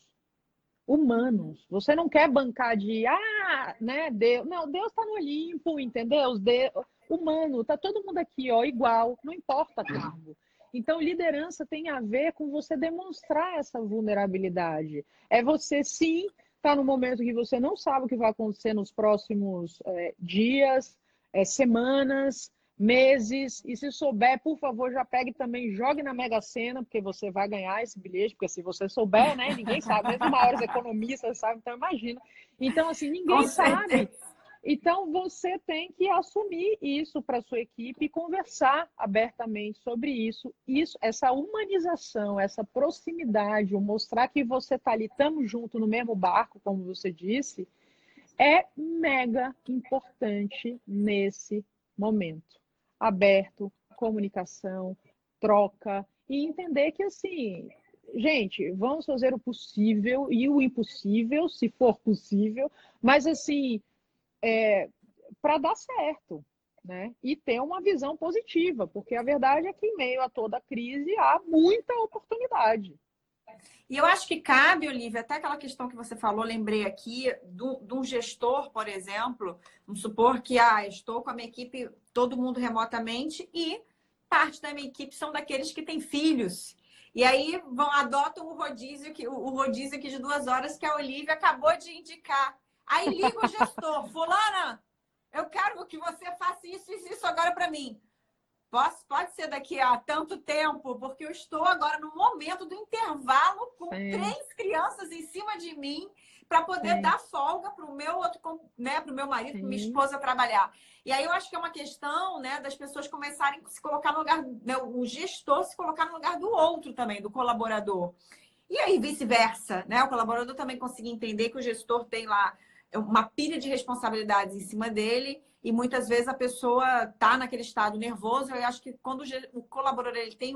Humanos. Você não quer bancar de, né, Deus. Não, Deus está no Olimpo, entendeu? Humano, tá todo mundo aqui, ó, igual, não importa cargo. Então, liderança tem a ver com você demonstrar essa vulnerabilidade. É você, sim, estar no momento que você não sabe o que vai acontecer nos próximos dias, semanas, meses. E se souber, por favor, já pegue também, jogue na Mega Sena, porque você vai ganhar esse bilhete, porque se você souber, né, ninguém sabe. Mesmo os maiores economistas sabem, então imagina. Então, assim, ninguém sabe. Então, você tem que assumir isso para a sua equipe e conversar abertamente sobre isso. Essa humanização, essa proximidade, o mostrar que você está ali, estamos juntos no mesmo barco, como você disse, é mega importante nesse momento. Aberto, comunicação, troca e entender que, assim, gente, vamos fazer o possível e o impossível, se for possível, mas, assim, para dar certo, né? E ter uma visão positiva, porque a verdade é que em meio a toda a crise há muita oportunidade. E eu acho que cabe, Olivia, até aquela questão que você falou, lembrei aqui, de um gestor, por exemplo, vamos supor que estou com a minha equipe, todo mundo remotamente, e parte da minha equipe são daqueles que têm filhos. E aí adotam o rodízio aqui de 2 horas que a Olivia acabou de indicar. Aí liga o gestor, fulana, eu quero que você faça isso e isso agora para mim. Pode ser daqui a tanto tempo, porque eu estou agora no momento do intervalo com 3 crianças em cima de mim para poder dar folga para o meu outro, né, para o meu marido, para minha esposa trabalhar. E aí eu acho que é uma questão, né, das pessoas começarem a se colocar no lugar, né, o gestor se colocar no lugar do outro também, do colaborador. E aí vice-versa, né? O colaborador também conseguir entender que o gestor tem lá uma pilha de responsabilidades em cima dele e muitas vezes a pessoa está naquele estado nervoso. Eu acho que quando o colaborador ele tem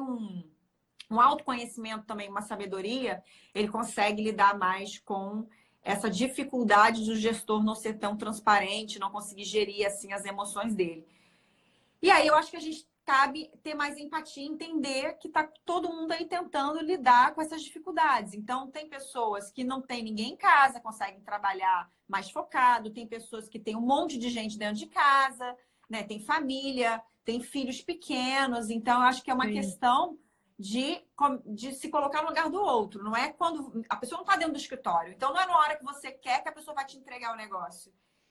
um autoconhecimento também, uma sabedoria, ele consegue lidar mais com essa dificuldade do gestor não ser tão transparente, não conseguir gerir assim as emoções dele. E aí eu acho que a gente cabe ter mais empatia, entender que tá todo mundo aí tentando lidar com essas dificuldades. Então, tem pessoas que não tem ninguém em casa, conseguem trabalhar mais focado, tem pessoas que têm um monte de gente dentro de casa, né? Tem família, tem filhos pequenos. Então, eu acho que é uma questão de se colocar no lugar do outro. Não é quando a pessoa não está dentro do escritório. Então, não é na hora que você quer que a pessoa vai te entregar o negócio.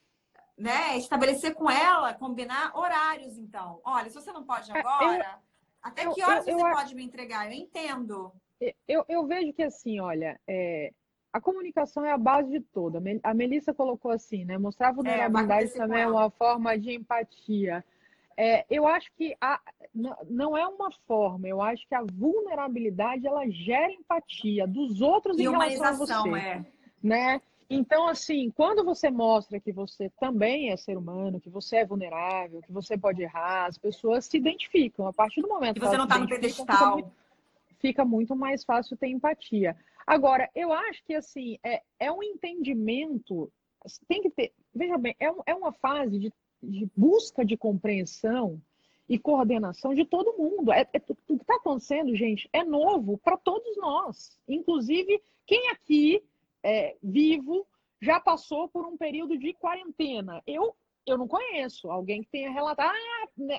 Né? Estabelecer com ela, combinar horários, então. Olha, se você não pode agora, até que horas você pode me entregar? Eu entendo. Eu vejo que, assim, olha, a comunicação é a base de toda. A Melissa colocou assim, né? Mostrar vulnerabilidade também é uma forma de empatia. Eu acho que não é uma forma, eu acho que a vulnerabilidade, ela gera empatia dos outros em relação a você. Né? Então, assim, quando você mostra que você também é ser humano, que você é vulnerável, que você pode errar, as pessoas se identificam. A partir do momento que você não está no pedestal, fica muito mais fácil ter empatia. Agora, eu acho que, assim, é um entendimento, tem que ter, veja bem, é uma fase de busca de compreensão e coordenação de todo mundo. O que está acontecendo, gente, é novo para todos nós. Inclusive, quem aqui vivo já passou por um período de quarentena. Eu não conheço alguém que tenha relatado, né,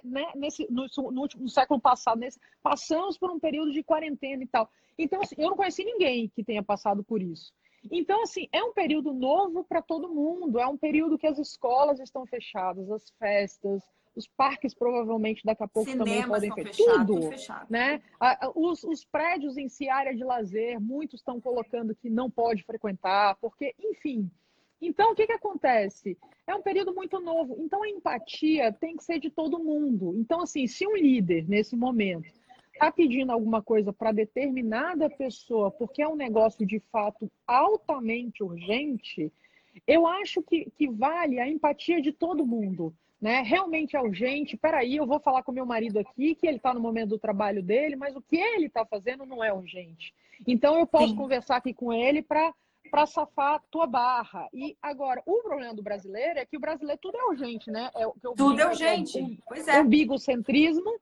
no século passado, passamos por um período de quarentena e tal. Então, assim, eu não conheci ninguém que tenha passado por isso. Então, assim, é um período novo para todo mundo, é um período que as escolas estão fechadas, as festas, os parques provavelmente daqui a pouco também podem fechar. Tudo, né? Os prédios em si, área de lazer, muitos estão colocando que não pode frequentar, porque, enfim. Então, o que acontece? É um período muito novo. Então, a empatia tem que ser de todo mundo. Então, assim, se um líder, nesse momento, está pedindo alguma coisa para determinada pessoa, porque é um negócio de fato altamente urgente, eu acho que vale a empatia de todo mundo. Né? Realmente é urgente. Peraí, eu vou falar com meu marido aqui, que ele está no momento do trabalho dele, mas o que ele está fazendo não é urgente. Então, eu posso conversar aqui com ele para safar a tua barra. E agora, o problema do brasileiro é que o brasileiro tudo é urgente, né? Tudo é urgente. Pois é. Umbigocentrismo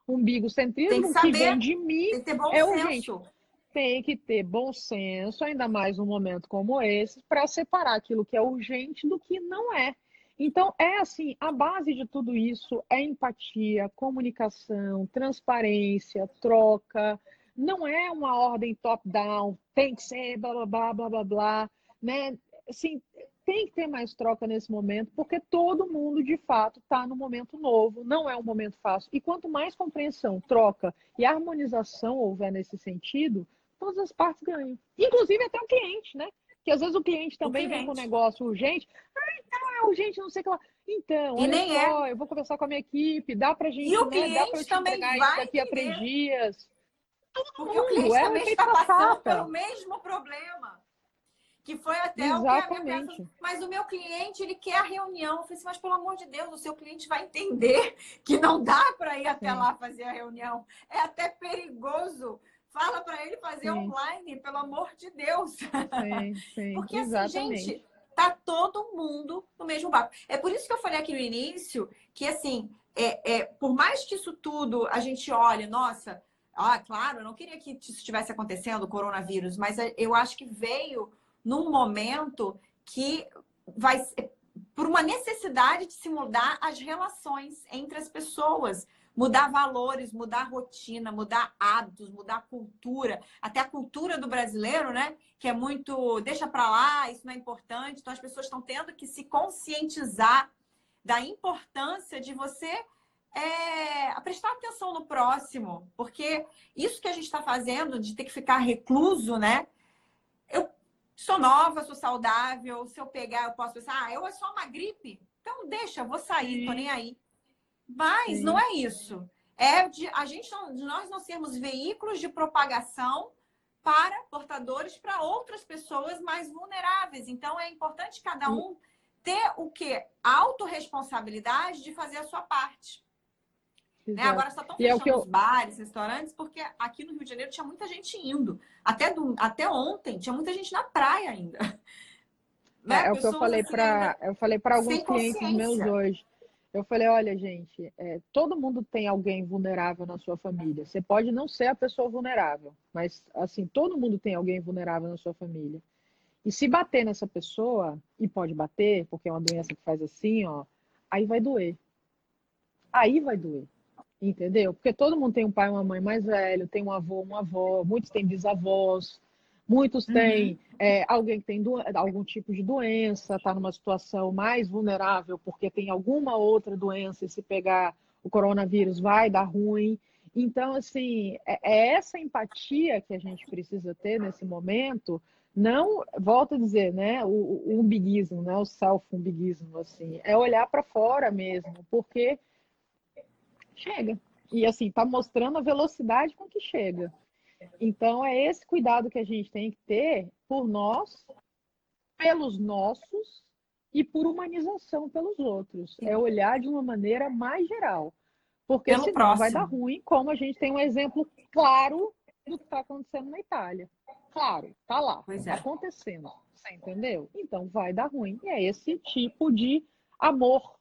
que vem de mim tem que ter bom é senso. urgente. Tem que ter bom senso, ainda mais num momento como esse, para separar aquilo que é urgente do que não é. Então, assim, a base de tudo isso é empatia, comunicação, transparência, troca. Não é uma ordem top-down, tem que ser blá, blá, blá, blá, blá, blá, né? Assim, tem que ter mais troca nesse momento, porque todo mundo, de fato, está no momento novo, não é um momento fácil. E quanto mais compreensão, troca e harmonização houver nesse sentido, todas as partes ganham. Inclusive até o cliente, né? Porque às vezes o cliente O também vem com um cliente. negócio urgente. Ah, então é urgente, não sei o que lá. Então, E olha nem é. só, eu vou conversar com a minha equipe, dá pra E gente, o né? Dá pra eu cliente te também entregar isso vai daqui a 3 entender. dias. Todo Porque o mundo, cliente é o também efeito está passando pelo cascata. mesmo problema. Que foi até o que a minha mulher falou. Exatamente. Mas o meu cliente, ele quer a reunião. Eu falei assim, mas pelo amor de Deus, o seu cliente vai entender que não dá para ir até Sim, lá fazer a reunião. É até perigoso. Fala para ele fazer sim, online, pelo amor de Deus. sim, sim, Porque assim, gente, exatamente. tá todo mundo no mesmo barco. É por isso que eu falei aqui no início que assim, por mais que isso tudo a gente olhe, nossa, claro, eu não queria que isso estivesse acontecendo, o coronavírus, mas eu acho que veio num momento que vai por uma necessidade de se mudar as relações entre as pessoas, mudar valores, mudar rotina, mudar hábitos, mudar cultura, até a cultura do brasileiro, né? Que é muito deixa para lá, isso não é importante. Então as pessoas estão tendo que se conscientizar da importância de você prestar atenção no próximo, porque isso que a gente está fazendo de ter que ficar recluso, né? Eu sou nova, sou saudável. Se eu pegar, eu posso pensar, eu é só uma gripe. Então deixa, eu vou sair, tô nem Sim, aí. Mas não sim. é isso. É de nós não sermos veículos de propagação para portadores, para outras pessoas mais vulneráveis. Então é importante cada E, um ter o quê? A autorresponsabilidade de fazer a sua parte. Né? exato. Agora só estão E é o que fechando os eu, bares, restaurantes, porque aqui no Rio de Janeiro tinha muita gente indo. Até ontem tinha muita gente na praia ainda. Né? é o que Pessoas assim ainda eu falei para alguns sem clientes meus consciência. hoje. Eu falei, olha, gente, todo mundo tem alguém vulnerável na sua família. Você pode não ser a pessoa vulnerável, mas assim, todo mundo tem alguém vulnerável na sua família. E se bater nessa pessoa, e pode bater, porque é uma doença que faz assim, ó, aí vai doer. Aí vai doer. Entendeu? Porque todo mundo tem um pai e uma mãe mais velho, tem um avô, uma avó, muitos têm bisavós, muitos têm Uhum. alguém que tem algum tipo de doença, está numa situação mais vulnerável porque tem alguma outra doença e se pegar o coronavírus vai dar ruim. Então, assim, é essa empatia que a gente precisa ter nesse momento, não, volto a dizer, né, o umbiguismo, né, o self-umbiguismo, assim, é olhar para fora mesmo, porque chega. E assim, está mostrando a velocidade com que chega. Então, é esse cuidado que a gente tem que ter por nós, pelos nossos e por humanização pelos outros. É olhar de uma maneira mais geral. Porque Pelo senão vai dar próximo. ruim, como a gente tem um exemplo claro do que está acontecendo na Itália. Claro, está lá, Pois está é. acontecendo. Você entendeu? Então vai dar ruim. E é esse tipo de amor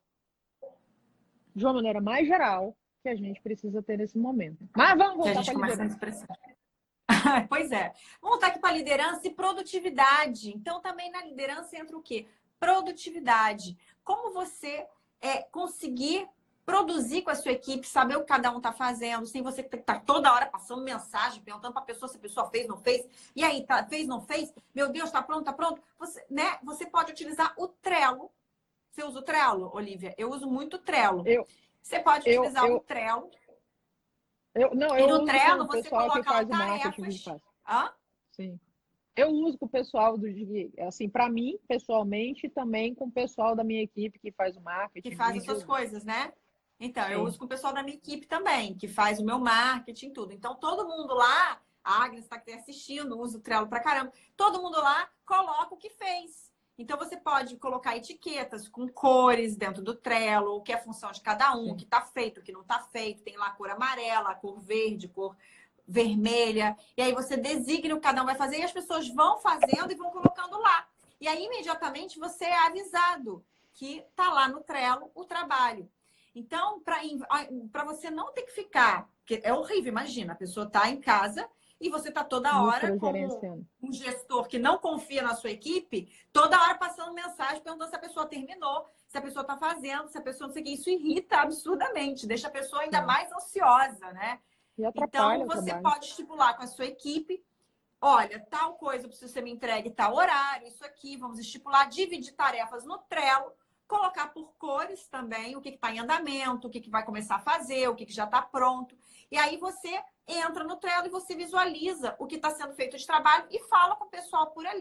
de uma maneira mais geral que a gente precisa ter nesse momento. Mas vamos Que a voltar gente para a começa a liderança. expressar. Pois é. Vamos voltar aqui para liderança e produtividade. Então, também na liderança entra o quê? Produtividade. Como você conseguir produzir com a sua equipe, saber o que cada um está fazendo, sem você ter que estar toda hora passando mensagem, perguntando para a pessoa se a pessoa fez, não fez. E aí, fez, não fez? Meu Deus, está pronto, está pronto? Você, né? Você pode utilizar o Trello. Você usa o Trello, Olivia? Eu uso muito o Trello. Eu, Você pode eu, utilizar o eu, Trello. não, E eu no uso com Trello o você pessoal que coloca lá faz o marketing que tarefas. faz. Hã? Sim. Eu uso com o pessoal assim, para mim, pessoalmente, e também com o pessoal da minha equipe que faz o Que marketing, faz as vídeo, eu suas uso. coisas, né? Então, eu Sim, uso com o pessoal da minha equipe também, que faz o meu marketing, tudo. Então, todo mundo lá, a Agnes está aqui assistindo, usa o Trello pra caramba. Todo mundo lá coloca o que fez. Então, você pode colocar etiquetas com cores dentro do Trello, o que é a função de cada um, o sim. que está feito, o que não está feito. Tem lá a cor amarela, a cor verde, cor vermelha. E aí você designa o que cada um vai fazer e as pessoas vão fazendo e vão colocando lá. E aí, imediatamente, você é avisado que está lá no Trello o trabalho. Então, para você não ter que ficar, porque é horrível, imagina, a pessoa está em casa e você está toda hora como Microgerenciando. um gestor que não confia na sua equipe, toda hora passando mensagem perguntando se a pessoa terminou, se a pessoa está fazendo, se a pessoa não sei o que. Isso irrita absurdamente, deixa a pessoa ainda Sim. mais ansiosa, né? E Então, atrapalha o você trabalho. pode estipular com a sua equipe, olha, tal coisa eu preciso que você me entregue tal horário, isso aqui, vamos estipular, dividir tarefas no Trello, colocar por cores também o que está em andamento, o que vai começar a fazer, o que já está pronto. E aí você entra no Trello e você visualiza o que está sendo feito de trabalho e fala com o pessoal por ali.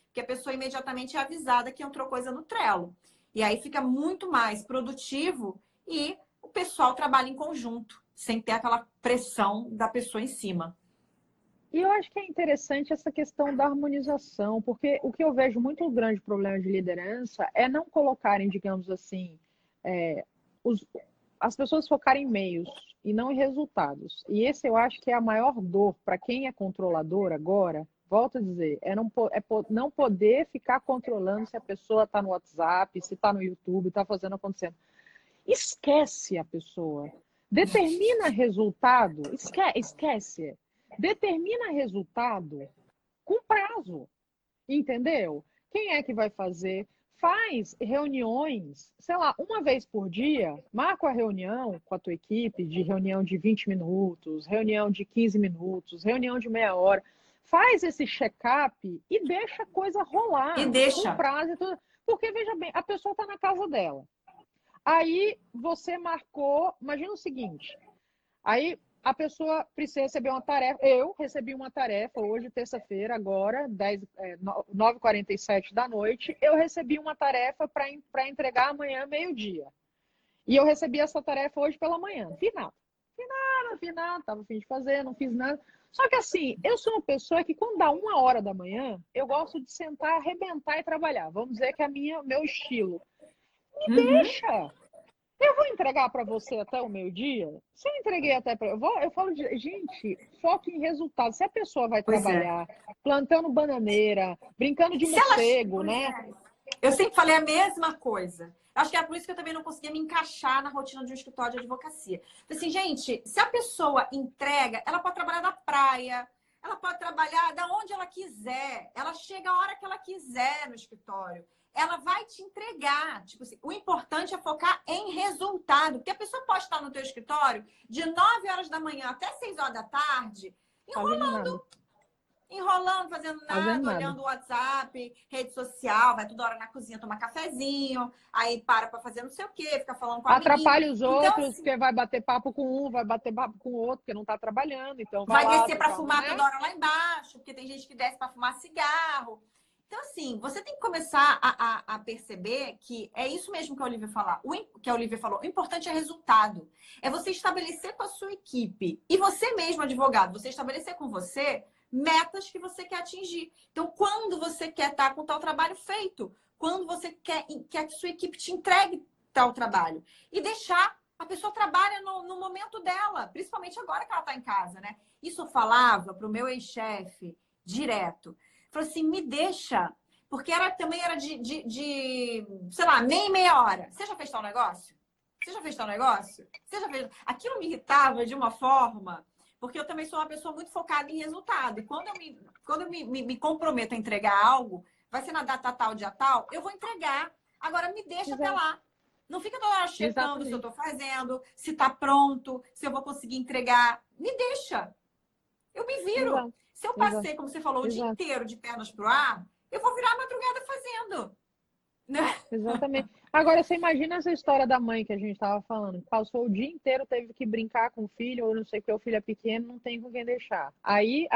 porque a pessoa imediatamente é avisada que entrou coisa no Trello. E aí fica muito mais produtivo e o pessoal trabalha em conjunto, sem ter aquela pressão da pessoa em cima. E eu acho que é interessante essa questão da harmonização, porque o que eu vejo muito grande problema de liderança é não colocarem, digamos assim, é, os, as pessoas focarem em meios e não em resultados. E esse eu acho que é a maior dor para quem é controlador agora. Volto a dizer, não poder ficar controlando se a pessoa está no WhatsApp, se está no YouTube, está fazendo acontecendo. Esquece a pessoa. Determina resultado. Esquece. Determina resultado com prazo. Entendeu? Quem é que vai fazer? Faz reuniões, sei lá, uma vez por dia, marca a reunião com a tua equipe, de reunião de 20 minutos, reunião de 15 minutos, reunião de meia hora. Faz esse check-up e deixa a coisa E rolar, com deixa. prazo e tudo. Porque, veja bem, a pessoa está na casa dela. Aí você marcou, imagina o seguinte, aí a pessoa precisa receber uma tarefa. Eu recebi uma tarefa hoje, terça-feira, agora, 9h47 da noite. Eu recebi uma tarefa para entregar amanhã, meio-dia. E eu recebi essa tarefa hoje pela manhã. Não fiz nada. Estava a fim de fazer, não fiz nada. Só que assim, eu sou uma pessoa que quando dá 1h da manhã, eu gosto de sentar, arrebentar e trabalhar. Vamos dizer que é meu estilo. Me deixa! Eu vou entregar para você até o meio-dia? Se eu entreguei até para. Eu falo, gente, foco em resultado. Se a pessoa vai Pois é. trabalhar plantando bananeira, brincando de Se ela... morcego, Pois né? é. Eu sempre falei a mesma coisa. Acho que é por isso que eu também não conseguia me encaixar na rotina de um escritório de advocacia. Assim, gente, se a pessoa entrega, ela pode trabalhar na praia, ela pode trabalhar da onde ela quiser, ela chega a hora que ela quiser no escritório. Ela vai te entregar. Tipo assim, o importante é focar em resultado. Porque a pessoa pode estar no teu escritório de 9h da manhã até 6h da tarde, Fazendo nada. enrolando, fazendo Fazendo nada, nada. olhando o WhatsApp, rede social, vai toda hora na cozinha tomar cafezinho, aí para fazer não sei o quê, fica falando com a amiguinha. Atrapalha os Então, outros, assim, porque vai bater papo com um, vai bater papo com o outro, porque não está trabalhando. Então vai vai lá descer para trocar uma, fumar né? toda hora lá embaixo, porque tem gente que desce para fumar cigarro. Então, assim, você tem que começar a perceber que é isso mesmo que a Olivia falou. O importante é resultado. É você estabelecer com a sua equipe e você mesmo, advogado, você estabelecer com você metas que você quer atingir. Então, quando você quer estar com tal trabalho feito, quando você quer que a sua equipe te entregue tal trabalho e deixar a pessoa trabalha no momento dela, principalmente agora que ela está em casa, né? Isso eu falava para o meu ex-chefe direto. Falou assim, me deixa, porque também era sei lá, meia hora. Você já fez tal negócio? Você já fez tal negócio? Você já fez... Aquilo me irritava de uma forma, porque eu também sou uma pessoa muito focada em resultado. E quando eu me comprometo a entregar algo, vai ser na data tal, dia tal, eu vou entregar. Agora me deixa até Exato. lá. Não fica toda hora checando se eu Exatamente. estou fazendo, se está pronto, se eu vou conseguir entregar. Me deixa. Eu me viro. Exato. Se eu Exato. passei, como você falou, o dia Exato. inteiro de pernas pro ar, eu vou virar a madrugada fazendo. Né? Exatamente. Agora, você imagina essa história da mãe que a gente estava falando, que passou o dia inteiro, teve que brincar com o filho, ou não sei o que, o filho é pequeno, não tem com quem deixar. Aí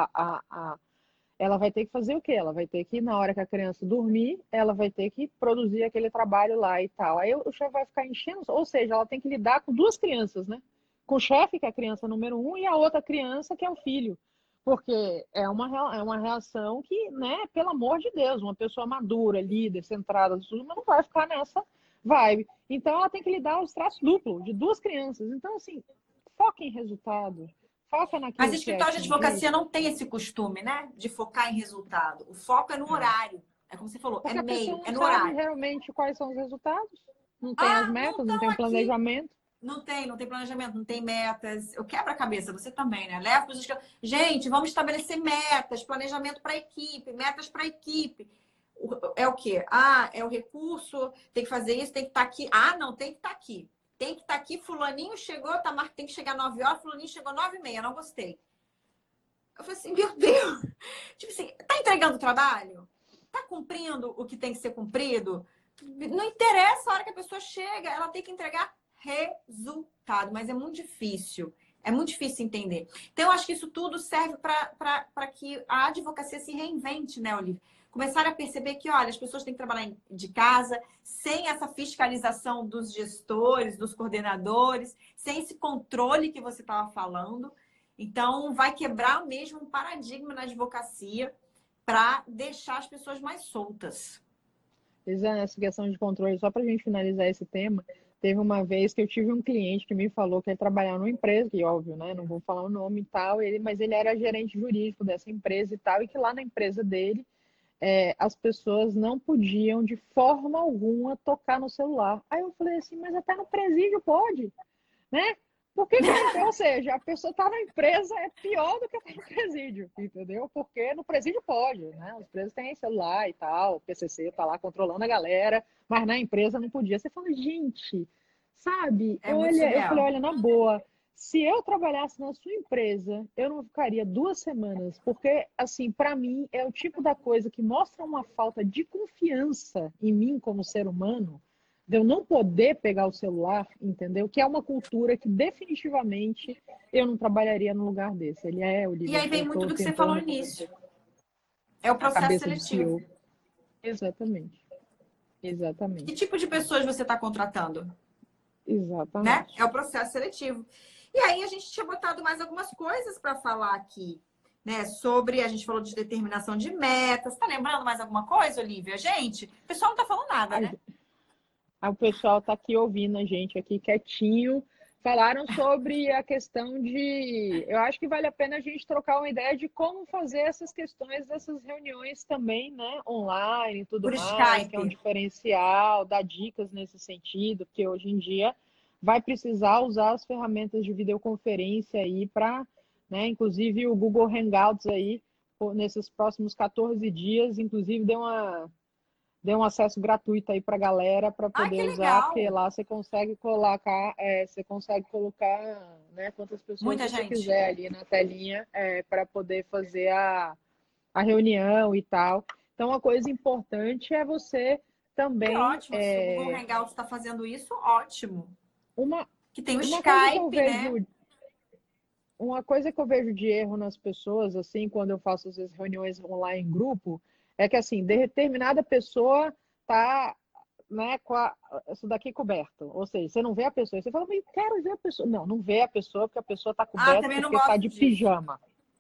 ela vai ter que fazer o quê? Ela vai ter que, na hora que a criança dormir, ela vai ter que produzir aquele trabalho lá e tal. Aí o chefe vai ficar enchendo, ou seja, ela tem que lidar com duas crianças, né? Com o chefe, que é a criança número um, e a outra criança, que é o filho. Porque é uma reação que, né, pelo amor de Deus, uma pessoa madura, líder, centrada, tudo, mas não vai ficar nessa vibe. Então ela tem que lidar os traços duplos de duas crianças. Então, assim, foca em resultado, foca Mas naquilo que é escritório de atingir. advocacia não tem esse costume, né? De focar em resultado. O foco é no horário. É como você falou, é Porque a pessoa meio, não é no sabe horário. realmente quais são os resultados, não tem as Ah, não metas, não tem estão o aqui. planejamento. Não tem planejamento, não tem metas. Eu quebro a cabeça, você também, né? Leva para os gente, vamos estabelecer metas, planejamento para a equipe, metas para a equipe. É o quê? Ah, é o recurso, tem que fazer isso, tem que estar aqui. Ah, não, tem que estar aqui. Tem que estar aqui, fulaninho chegou, tem que chegar 9h, fulaninho chegou 9h30, não gostei. Eu falei assim, meu Deus! Tipo assim, tá entregando o trabalho? Tá cumprindo o que tem que ser cumprido? Não interessa a hora que a pessoa chega, ela tem que entregar resultado, mas é muito difícil. É muito difícil entender. Então, eu acho que isso tudo serve para que a advocacia se reinvente, né, Olivia? começarem a perceber que, olha, as pessoas têm que trabalhar de casa, sem essa fiscalização dos gestores, dos coordenadores, sem esse controle que você estava falando. Então, vai quebrar mesmo um paradigma na advocacia para deixar as pessoas mais soltas. Essa questão de controle, só para a gente finalizar esse tema, teve uma vez que eu tive um cliente que me falou que ele trabalhava numa empresa, que óbvio, né? Não vou falar o nome e tal, mas ele era gerente jurídico dessa empresa e tal, e que lá na empresa dele as pessoas não podiam de forma alguma tocar no celular. Aí eu falei assim, mas até no presídio pode, né? Por que ou seja, a pessoa está na empresa é pior do que estar no presídio, entendeu? Porque no presídio pode, né? Os presos têm celular e tal, o PCC está lá controlando a galera, mas na empresa não podia. Você fala, gente, sabe? É muito Eu falei, surreal. olha, na boa, se eu trabalhasse na sua empresa, eu não ficaria 2 semanas, porque, assim, para mim, é o tipo da coisa que mostra uma falta de confiança em mim como ser humano, de eu não poder pegar o celular, entendeu? Que é uma cultura que definitivamente eu não trabalharia no lugar desse. Ele E Olivia, aí eu vem muito estou do que você falou no tentando início. É o a processo cabeça do seletivo. CEO. Exatamente. Que Exatamente. tipo de pessoas você está contratando? Né? Exatamente. É o processo seletivo. E aí a gente tinha botado mais algumas coisas para falar aqui, né? Sobre, a gente falou de determinação de metas. Tá lembrando mais alguma coisa, Olivia? Gente, o pessoal não tá falando nada, né? O pessoal está aqui ouvindo a gente aqui quietinho. Falaram sobre a questão de. Eu acho que vale a pena a gente trocar uma ideia de como fazer essas questões dessas reuniões também, né? Online e tudo Por mais, que é um Skype. diferencial, dar dicas nesse sentido, porque hoje em dia vai precisar usar as ferramentas de videoconferência aí para, né? Inclusive o Google Hangouts aí, nesses próximos 14 dias, inclusive deu um acesso gratuito aí para a galera para Ai, poder que usar, porque legal! lá você consegue colocar, né, quantas pessoas Muita você gente. quiser ali na telinha para poder fazer a reunião e tal. Então, uma coisa importante é você Que também ótimo. Se o Google Hangouts está fazendo isso, ótimo. uma Que tem o uma coisa que eu Skype, né? vejo uma coisa que eu vejo de erro nas pessoas, assim, quando eu faço às vezes reuniões online em grupo, é que assim, determinada pessoa tá, né, com isso daqui coberto. Ou seja, você não vê a pessoa, você fala, mas eu quero ver a pessoa. Não, não vê a pessoa porque a pessoa está Ah, coberta também não porque está gosto de disso. pijama.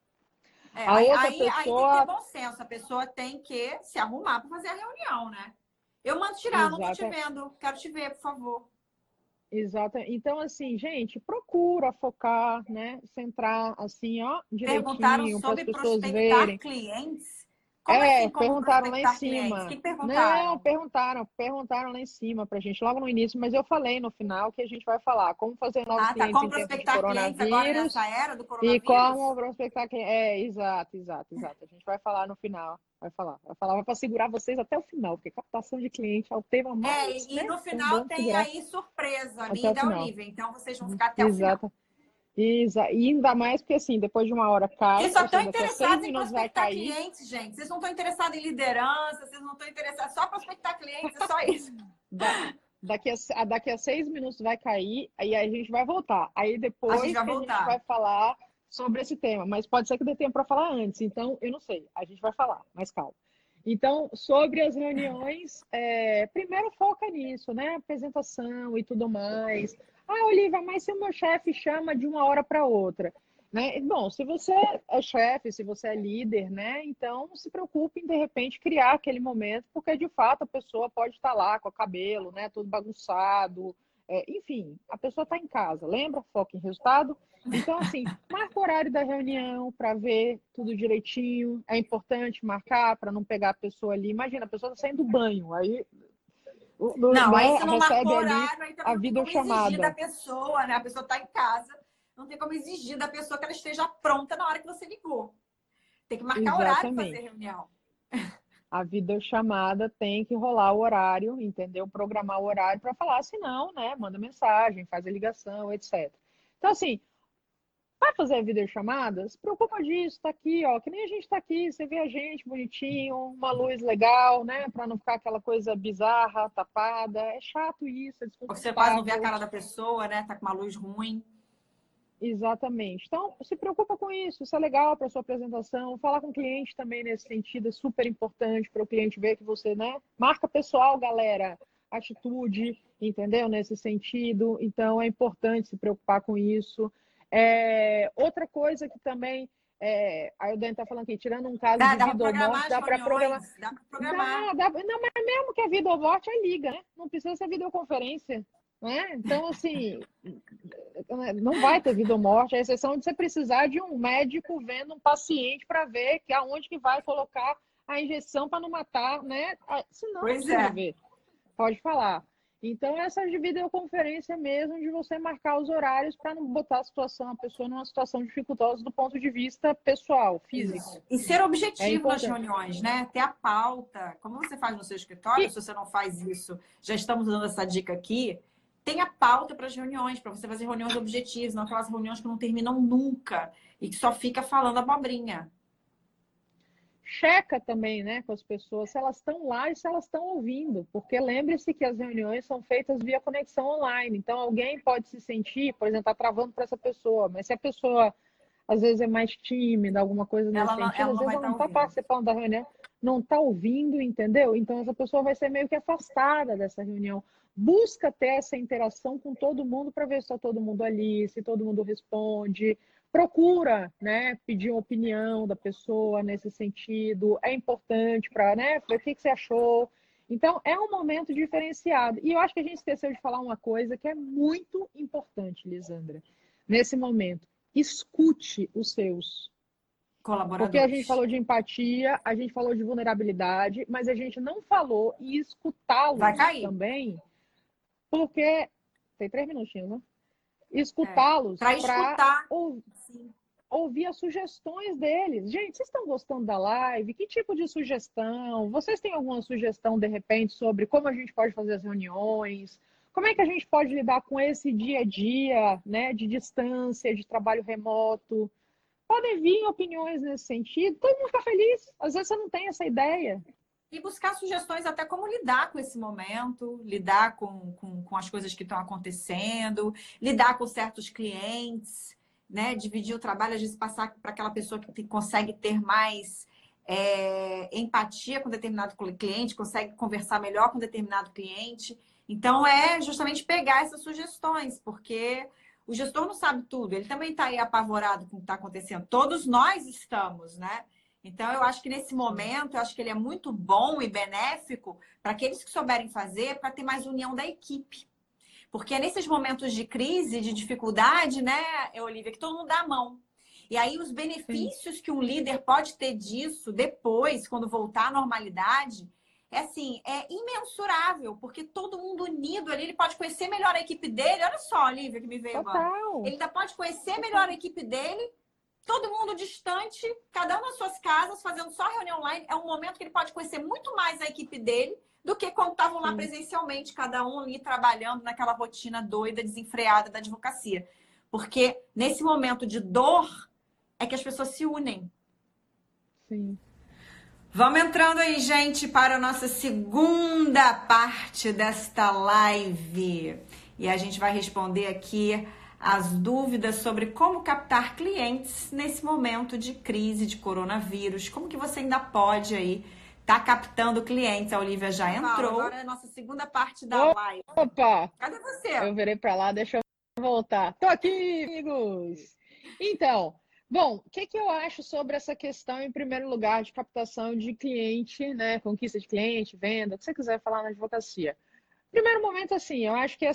É, A outra aí tem que ter pessoa, bom senso. A pessoa tem que se arrumar para fazer a reunião, né? Eu mando tirar, não tô te exata, vendo. Quero te ver, por favor. exata. Então, assim, gente, procura focar, né, centrar assim, ó, Perguntaram direitinho para as sobre pessoas prospectar verem. clientes. Como assim, como Perguntaram lá em prospectar clientes? O cima. que Não, perguntaram? perguntaram lá em cima pra gente, logo no início, mas eu falei no final que a gente vai falar como fazer novos Ah, tá. clientes Como em tempos de prospectar clientes agora coronavírus nessa era do e como coronavírus? prospectar quem. Exato, exato, exato. A gente vai falar no final. Vai para segurar vocês até o final, porque captação de cliente é o tema É, mais, e né? no Então final vamos tem segurar aí surpresa, a minha até e o da final. Olivia. Então vocês vão ficar até o final. Exato. E ainda mais porque assim, depois de uma hora Vocês cai, só ou estão seja, daqui a seis interessados em minutos vai prospectar cair. clientes, gente. Vocês não estão interessados em liderança, vocês não estão interessados só em prospectar clientes, é só isso. Da- daqui a 6 minutos vai cair, aí a gente vai voltar. Aí A gente depois vai que a gente vai voltar. falar sobre esse tema, mas pode ser que dê tempo para falar antes, então eu não sei, a gente vai falar, mas calma. Então, sobre as reuniões, primeiro foca nisso, né? Apresentação e tudo mais. Ah, Olivia, mas se o meu chefe chama de uma hora para outra, né? Bom, se você é chefe, se você é líder, né? Então não se preocupe em de repente criar aquele momento, porque de fato a pessoa pode estar lá com o cabelo, né? Todo bagunçado, enfim, a pessoa está em casa. Lembra? Foca em resultado. Então, assim, marca o horário da reunião para ver tudo direitinho. É importante marcar para não pegar a pessoa ali. Imagina, a pessoa está saindo do banho, aí Não, aí né, se não marcou recebe ali horário, aí também a não tem como exigir da videochamada. pessoa, né? A pessoa está em casa, não tem como exigir da pessoa que ela esteja pronta na hora que você ligou. Tem que marcar horário para fazer Exatamente. reunião. A videochamada tem que rolar o horário, entendeu? Programar o horário para falar, senão, né? Manda mensagem, faz a ligação, etc. Então, assim, vai fazer a videochamada? Se preocupa disso, tá aqui, ó. Que nem a gente tá aqui, você vê a gente bonitinho, uma luz legal, né? Para não ficar aquela coisa bizarra, tapada. É chato isso, é Porque você quase não vê a desconfortável. cara da pessoa, né? Tá com uma luz ruim. Exatamente. Então, se preocupa com isso é legal para sua apresentação. Falar com o cliente também nesse sentido é super importante para o cliente ver que você, né? Marca pessoal, galera, atitude, entendeu? Nesse sentido. Então, é importante se preocupar com isso. Outra coisa que também, a Eudane está falando aqui, tirando um caso de Dá para vida ou programar morte, as dá para programar. reuniões, dá para programar. Não, mas mesmo que é vida ou morte, é liga, né? Não precisa ser videoconferência, né? Então, assim, não vai ter vida ou morte, a exceção de você precisar de um médico vendo um paciente para ver que aonde que vai colocar a injeção para não matar, né? Senão não Pois precisa é. ver. Pode falar. Então, essa de videoconferência mesmo, de você marcar os horários para não botar a pessoa numa situação dificultosa do ponto de vista pessoal, físico. Isso. E ser É objetivo nas importante. reuniões, né? Ter a pauta. Como você faz no seu escritório, E, se você não faz isso, já estamos dando essa dica aqui. Tenha pauta para as reuniões, para você fazer reuniões objetivas, não aquelas reuniões que não terminam nunca e que só fica falando abobrinha. checa também, né, com as pessoas se elas estão lá e se elas estão ouvindo, porque lembre-se que as reuniões são feitas via conexão online. Então, alguém pode se sentir, por exemplo, está travando para essa pessoa, mas se a pessoa às vezes é mais tímida, alguma coisa nesse sentido, Ela às não vezes vai ela estar não está ouvindo. participando da reunião, não está ouvindo, entendeu? Então, essa pessoa vai ser meio que afastada dessa reunião. Busca ter essa interação com todo mundo para ver se está todo mundo ali, se todo mundo responde. Procura, né, pedir uma opinião da pessoa nesse sentido. É importante para, né, ver o que você achou. Então, é um momento diferenciado. E eu acho que a gente esqueceu de falar uma coisa que é muito importante, Lisandra, nesse momento. Escute os seus. Porque a gente Colaboradores. falou de empatia, a gente falou de vulnerabilidade, mas a gente não falou em Vai escutá-los cair. também, porque tem 3 minutinhos, né? É. Escutá-los Para para escutar. Sim. ouvir as sugestões deles. Gente, vocês estão gostando da live? Que tipo de sugestão? Vocês têm alguma sugestão, de repente, sobre como a gente pode fazer as reuniões? Como é que a gente pode lidar com esse dia a dia, né, de distância, de trabalho remoto? Podem vir opiniões nesse sentido. Todo mundo fica feliz. Às vezes você não tem essa ideia. E buscar sugestões até como lidar com esse momento, lidar com as coisas que estão acontecendo, lidar com certos clientes, né? Dividir o trabalho, às vezes passar para aquela pessoa que consegue ter mais empatia com determinado cliente, consegue conversar melhor com determinado cliente. Então, é justamente pegar essas sugestões, porque o gestor não sabe tudo, ele também está aí apavorado com o que está acontecendo. Todos nós estamos, né? Então, eu acho que nesse momento, eu acho que ele é muito bom e benéfico para aqueles que souberem fazer, para ter mais união da equipe. Porque é nesses momentos de crise, de dificuldade, né, Olivia, que todo mundo dá a mão. E aí, os Sim, benefícios que um líder pode ter disso depois, quando voltar à normalidade, é assim, é imensurável, porque todo mundo unido ali, ele pode conhecer melhor a equipe dele. Olha só, Olivia, que me veio agora. total. Ele ainda pode conhecer melhor Total. a equipe dele, todo mundo distante, cada um nas suas casas, fazendo só reunião online. É um momento que ele pode conhecer muito mais a equipe dele do que quando estavam lá Sim. presencialmente, cada um ali trabalhando naquela rotina doida, desenfreada da advocacia. Porque nesse momento de dor é que as pessoas se unem. Sim. Vamos entrando aí, gente, para a nossa segunda parte desta live. E a gente vai responder aqui as dúvidas sobre como captar clientes nesse momento de crise de coronavírus. Como que você ainda pode aí estar captando clientes? A Olivia já entrou. Agora é a nossa segunda parte da live. Opa! Cadê você? Eu virei para lá, deixa eu voltar. Tô aqui, amigos! Então, bom, o que eu acho sobre essa questão, em primeiro lugar, de captação de cliente, né? Conquista de cliente, venda, o que você quiser falar na advocacia. Primeiro momento, assim, eu acho que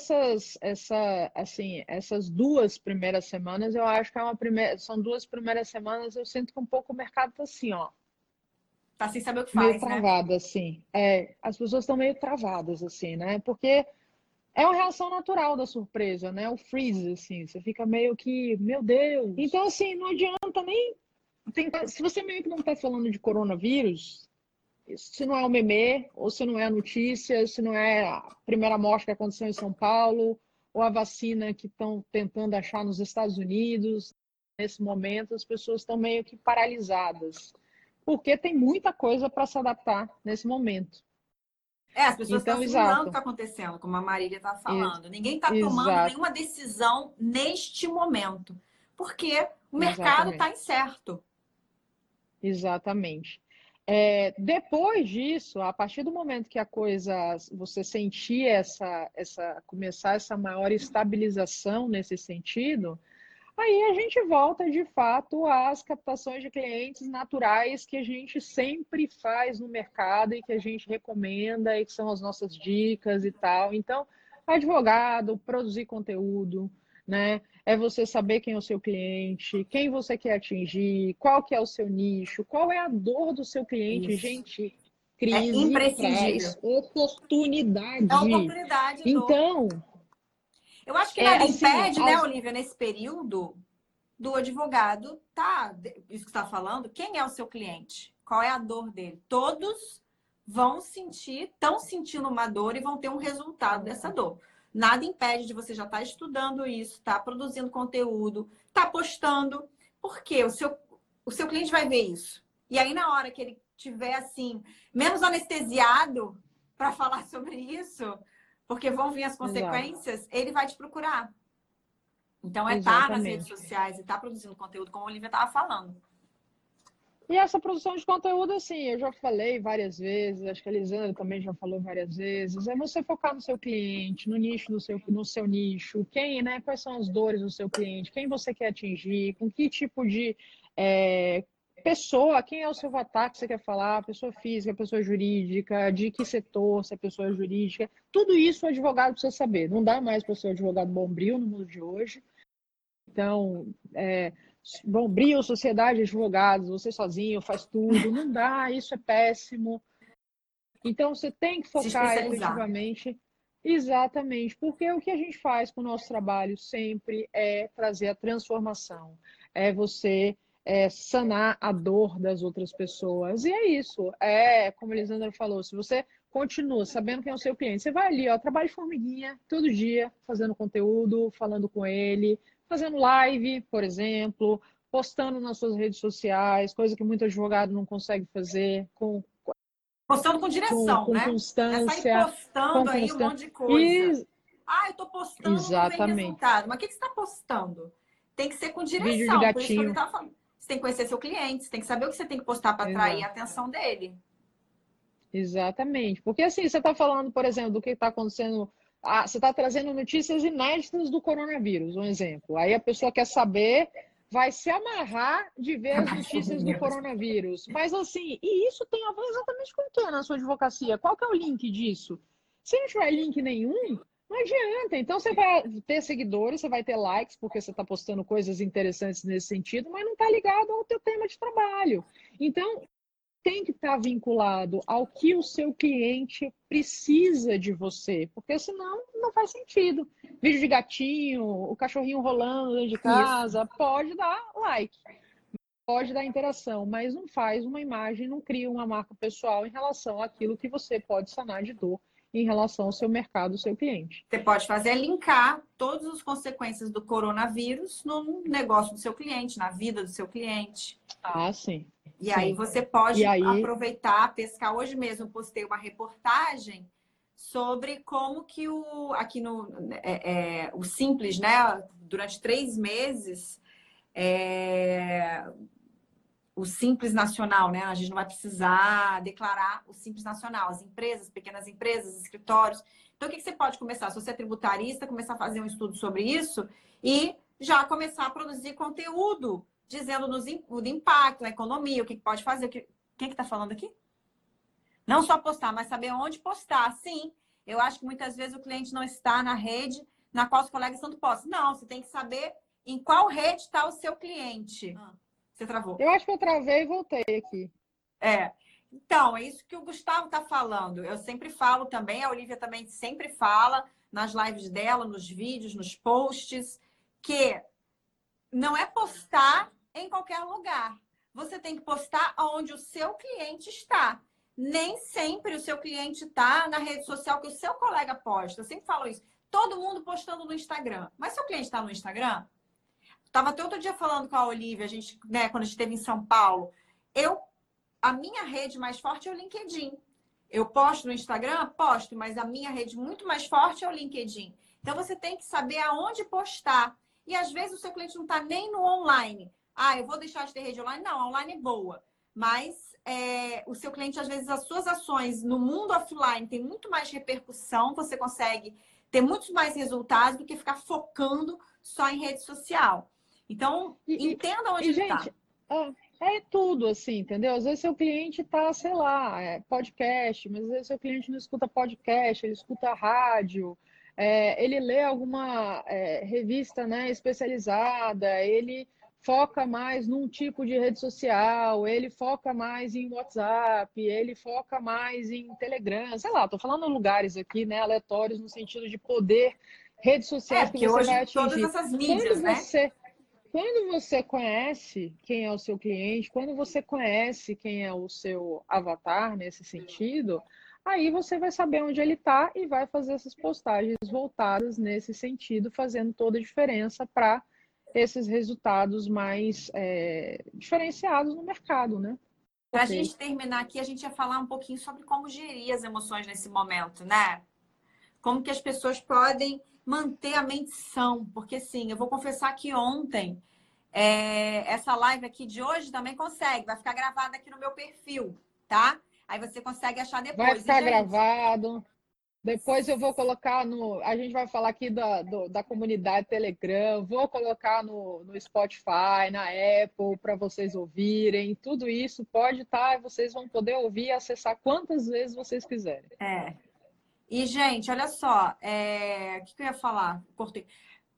essas 2 primeiras semanas, eu acho que são 2 primeiras semanas, eu sinto que um pouco o mercado tá assim, ó, Tá sem saber o que meio faz, né? travado, assim. As pessoas estão meio travadas, assim, né? Porque é uma reação natural da surpresa, né? O freeze, assim, você fica meio que, meu Deus. Então, assim, não adianta nem. Se você meio que não está falando de coronavírus, se não é o meme, ou se não é a notícia, se não é a primeira morte que aconteceu em São Paulo, ou a vacina que estão tentando achar nos Estados Unidos, nesse momento, as pessoas estão meio que paralisadas, porque tem muita coisa para se adaptar nesse momento. As pessoas estão Então, assimilando o que exato, está acontecendo, como a Marília está falando. Ninguém está tomando exato, nenhuma decisão neste momento. porque o mercado está Exatamente. incerto. Exatamente. Depois disso, a partir do momento que a coisa, você sentir começar essa maior estabilização nesse sentido, aí a gente volta de fato às captações de clientes naturais que a gente sempre faz no mercado e que a gente recomenda e que são as nossas dicas e tal. Então, advogado, produzir conteúdo, né? É você saber quem é o seu cliente, quem você quer atingir, qual que é o seu nicho, qual é a dor do seu cliente. Isso. Gente, É crise traz imprescindível. oportunidade. É oportunidade, dor. Então, Eu acho que é nada assim, impede, né, Olivia, nesse período, do advogado, tá, isso que você está falando, quem é o seu cliente? Qual é a dor dele? Todos vão sentir, estão sentindo uma dor e vão ter um resultado dessa dor. Nada impede de você já estar estudando isso, estar produzindo conteúdo, estar postando, porque o seu cliente vai ver isso. E aí, na hora que ele tiver assim, menos anestesiado para falar sobre isso, porque vão vir as exato, consequências, ele vai te procurar. Então, é estar nas redes exatamente. sociais e estar produzindo conteúdo, como a Olivia estava falando. E essa produção de conteúdo, assim, eu já falei várias vezes, acho que a Elisandra também já falou várias vezes, é você focar no seu cliente, no nicho no seu nicho, quem, né, quais são as dores do seu cliente, quem você quer atingir, com que tipo de pessoa, quem é o seu avatar que você quer falar, pessoa física, pessoa jurídica, de que setor, se é pessoa jurídica, tudo isso o advogado precisa saber. Não dá mais para ser um advogado bombril no mundo de hoje. Então, Bombril, sociedade de advogados, você sozinho faz tudo, não dá, isso é péssimo. Então, você tem que Se focar especializar. efetivamente, exatamente, porque o que a gente faz com o nosso trabalho sempre é trazer a transformação, é você sanar a dor das outras pessoas. E é isso, como a Elisandra falou, se você continua sabendo quem é o seu cliente, você vai ali, ó, trabalho de formiguinha, todo dia, fazendo conteúdo, falando com ele, fazendo live, por exemplo, postando nas suas redes sociais, coisa que muito advogado não consegue fazer, Postando com direção, com né? Não é sair constância, postando aí um monte de coisa. e Ah, eu tô postando, não vem exatamente. resultado. Mas o que você está postando? Tem que ser com Vídeo de direção. Por isso que eu gatinho, estava falando. Você tem que conhecer seu cliente, você tem que saber o que você tem que postar para atrair a exato. atenção dele. Exatamente. Porque assim, você está falando, por exemplo, do que está acontecendo. Você está trazendo notícias inéditas do coronavírus, um exemplo. Aí a pessoa quer saber, vai se amarrar de ver as notícias do coronavírus. Mas assim, e isso tem a ver exatamente com o que na sua advocacia? Qual que é o link disso? Se não tiver link nenhum, não adianta. Então você vai ter seguidores, você vai ter likes, porque você está postando coisas interessantes nesse sentido, mas não está ligado ao teu tema de trabalho. Então, tem que estar vinculado ao que o seu cliente precisa de você, porque senão não faz sentido. Vídeo de gatinho, o cachorrinho rolando dentro de Isso. casa, pode dar like, pode dar interação, mas não faz uma imagem, não cria uma marca pessoal em relação àquilo que você pode sanar de dor em relação ao seu mercado, ao seu cliente. Você pode fazer é linkar todas as consequências do coronavírus no negócio do seu cliente, na vida do seu cliente. Ah, sim, E aí sim. você E pode aí, aproveitar, pescar. Hoje mesmo eu postei uma reportagem sobre como que aqui no o Simples, né? Durante 3 meses, o Simples Nacional, né? A gente não vai precisar declarar o Simples Nacional. As empresas, pequenas empresas, escritórios. Então, o que você pode começar? Se você é tributarista, começar a fazer um estudo sobre isso e já começar a produzir conteúdo dizendo do impacto na economia, o que pode fazer. Quem que está falando aqui? Não só postar, mas saber onde postar. Sim, eu acho que muitas vezes o cliente não está na rede na qual os colegas estão postos. Não, você tem que saber em qual rede está o seu cliente. Você travou. eu acho que eu travei e voltei aqui. Então, é isso que o Gustavo está falando. Eu sempre falo também, a Olivia também sempre fala nas lives dela, nos vídeos, nos posts, que não é postar em qualquer lugar. Você tem que postar onde o seu cliente está. Nem sempre o seu cliente está na rede social que o seu colega posta. Eu sempre falo isso. Todo mundo postando no Instagram. Mas seu cliente está no Instagram? Estava até outro dia falando com a Olivia, a gente, né, quando a gente esteve em São Paulo. A minha rede mais forte é o LinkedIn. Eu posto no Instagram? Posto, mas a minha rede muito mais forte é o LinkedIn. Então você tem que saber aonde postar. E às vezes o seu cliente não está nem no online. Ah, eu vou deixar de ter rede online? Não, a online é boa. Mas o seu cliente, às vezes, as suas ações no mundo offline tem muito mais repercussão, você consegue ter muitos mais resultados do que ficar focando só em rede social. Então, entenda onde ele está. Gente, é tudo assim, entendeu? Às vezes seu cliente tá, sei lá, podcast, mas às vezes seu cliente não escuta podcast, ele escuta rádio, ele lê alguma revista, né, especializada, ele foca mais num tipo de rede social, ele foca mais em WhatsApp, ele foca mais em Telegram, sei lá, tô falando lugares aqui, né, aleatórios no sentido de poder, redes sociais que Porque você vai hoje todas atingir. essas mídias, Quando né? você quando você conhece quem é o seu cliente, quando você conhece quem é o seu avatar nesse sentido, aí você vai saber onde ele está e vai fazer essas postagens voltadas nesse sentido, fazendo toda a diferença para esses resultados mais diferenciados no mercado, né? Para a Ok. gente terminar aqui, a gente ia falar um pouquinho sobre como gerir as emoções nesse momento, né? Como que as pessoas podem manter a mente sã. Porque, sim, eu vou confessar que ontem, essa live aqui de hoje também consegue, vai ficar gravada aqui no meu perfil, tá? Aí você consegue achar Vai depois. E, ficar gente, gravado. Depois eu vou colocar no. A gente vai falar aqui da comunidade Telegram, vou colocar no Spotify, na Apple, para vocês ouvirem. Tudo isso pode estar, vocês vão poder ouvir e acessar quantas vezes vocês quiserem. E, gente, olha só, o que eu ia falar? Cortei.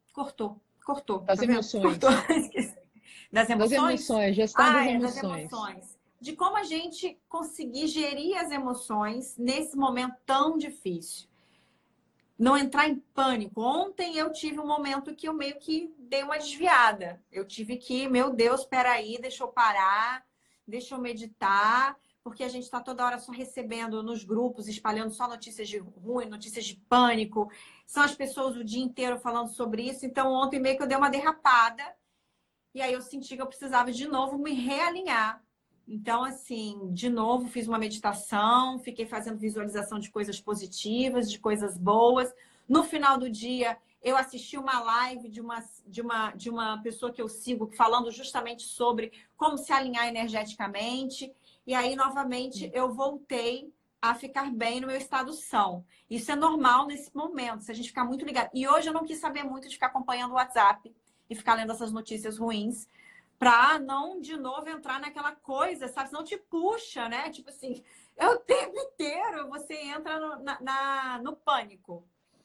Cortou, Das tá vendo? Cortou. emoções. Esqueci. Das Das emoções? emoções, gestão das Ah, das emoções. emoções. De como a gente conseguir gerir as emoções nesse momento tão difícil. Não entrar em pânico. Ontem eu tive um momento que eu meio que dei uma desviada. Eu tive que, meu Deus, peraí, deixa eu parar, deixa eu meditar, porque a gente está toda hora só recebendo nos grupos, espalhando só notícias de ruim, notícias de pânico. São as pessoas o dia inteiro falando sobre isso. Então, ontem meio que eu dei uma derrapada. E aí eu senti que eu precisava de novo me realinhar. Então, assim, de novo fiz uma meditação, fiquei fazendo visualização de coisas positivas, de coisas boas. No final do dia, eu assisti uma live de uma pessoa que eu sigo falando justamente sobre como se alinhar energeticamente. E aí, novamente, eu voltei a ficar bem no meu estado são. Isso é normal nesse momento, se a gente ficar muito ligado. E hoje eu não quis saber muito de ficar acompanhando o WhatsApp e ficar lendo essas notícias ruins, pra não de novo entrar naquela coisa, sabe? Senão te puxa, né? Tipo assim, é o tempo inteiro você entra no pânico.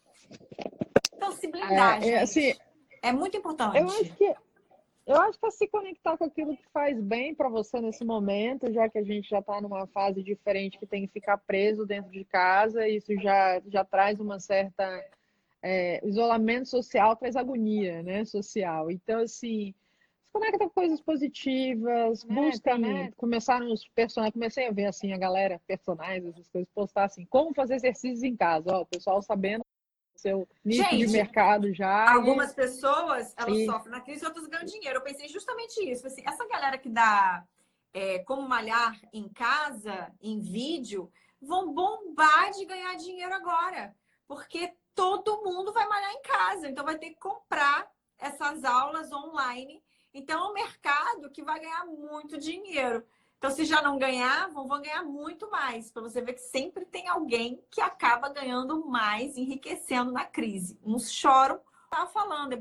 Então, se blindar, Assim, gente. É muito eu importante. acho que eu acho que é se conectar com aquilo que faz bem para você nesse momento, já que a gente já está numa fase diferente que tem que ficar preso dentro de casa, isso já traz uma certa o isolamento social traz agonia, né, social. Então, assim, se conecta com coisas positivas, busquem, começaram os personagens, comecei a ver, assim, a galera, personagens, essas coisas, postar, assim, como fazer exercícios em casa, ó, o pessoal sabendo o seu nicho de Gente, mercado já algumas pessoas, elas e sofrem na crise e outras ganham dinheiro. Eu pensei justamente isso. Assim, essa galera que dá como malhar em casa, em vídeo, vão bombar de ganhar dinheiro agora. Porque todo mundo vai malhar em casa. Então vai ter que comprar essas aulas online. Então é um mercado que vai ganhar muito dinheiro. Então, se já não ganhavam, vão ganhar muito mais. Para você ver que sempre tem alguém que acaba ganhando mais, enriquecendo na crise. Uns choram, estava falando, é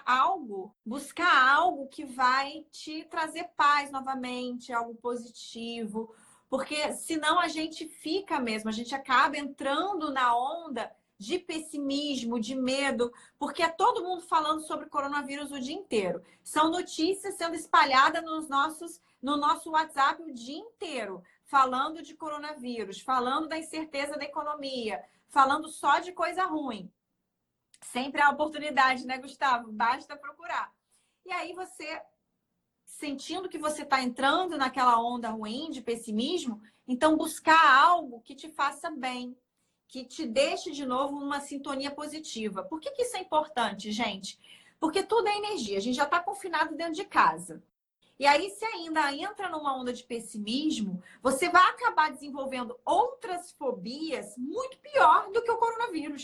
buscar algo que vai te trazer paz novamente, algo positivo, porque senão a gente fica mesmo, a gente acaba entrando na onda de pessimismo, de medo, porque é todo mundo falando sobre coronavírus o dia inteiro. São notícias sendo espalhadas no nosso WhatsApp o dia inteiro, falando de coronavírus, falando da incerteza da economia, falando só de coisa ruim. Sempre há oportunidade, né, Gustavo? Basta procurar. E aí você, sentindo que você está entrando naquela onda ruim de pessimismo, então buscar algo que te faça bem, que te deixe de novo numa sintonia positiva. Por que isso é importante, gente? Porque tudo é energia. A gente já está confinado dentro de casa. E aí, se ainda entra numa onda de pessimismo, você vai acabar desenvolvendo outras fobias muito pior do que o coronavírus.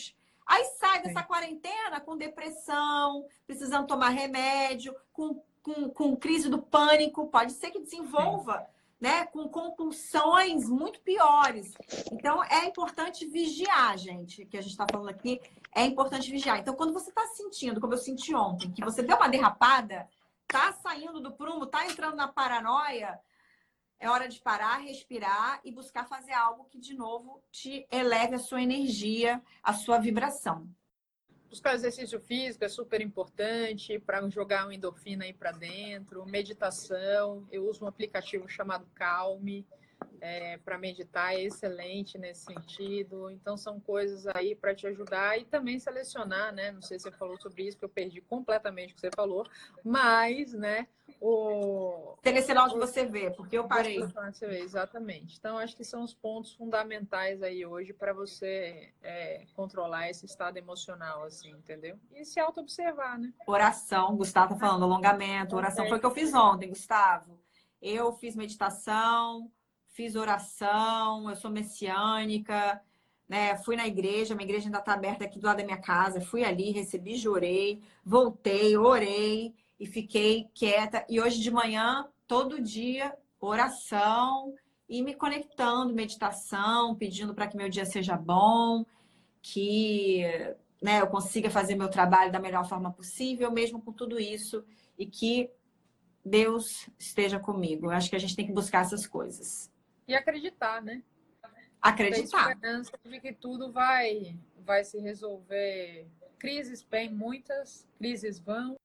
Aí sai dessa quarentena com depressão, precisando tomar remédio, com crise do pânico, pode ser que desenvolva, né, com compulsões muito piores. Então, é importante vigiar, gente, que a gente está falando aqui, é importante vigiar. Então, quando você está sentindo, como eu senti ontem, que você deu uma derrapada, tá saindo do prumo, tá entrando na paranoia, é hora de parar, respirar e buscar fazer algo que, de novo, te eleve a sua energia, a sua vibração. Buscar exercício físico é super importante para jogar uma endorfina aí para dentro. Meditação, eu uso um aplicativo chamado Calme para meditar, é excelente nesse sentido. Então, são coisas aí para te ajudar e também selecionar, né? Não sei se você falou sobre isso, que eu perdi completamente o que você falou, mas, né? Selecionar o que você vê, porque eu parei. Você vê, exatamente. Então, acho que são os pontos fundamentais aí hoje para você controlar esse estado emocional, assim, entendeu? E se auto-observar, né? Oração, Gustavo tá falando, alongamento, oração foi o que eu fiz ontem, Gustavo. Eu fiz meditação, fiz oração, eu sou messiânica, né? Fui na igreja, minha igreja ainda está aberta aqui do lado da minha casa. Fui ali, recebi, jurei, voltei, orei e fiquei quieta. E hoje de manhã, todo dia, oração e me conectando, meditação, pedindo para que meu dia seja bom, que, né, eu consiga fazer meu trabalho da melhor forma possível, mesmo com tudo isso, e que Deus esteja comigo. Eu acho que a gente tem que buscar essas coisas. E acreditar, né? Acreditar. Ter esperança de que tudo vai se resolver. Crises vêm, muitas crises vão.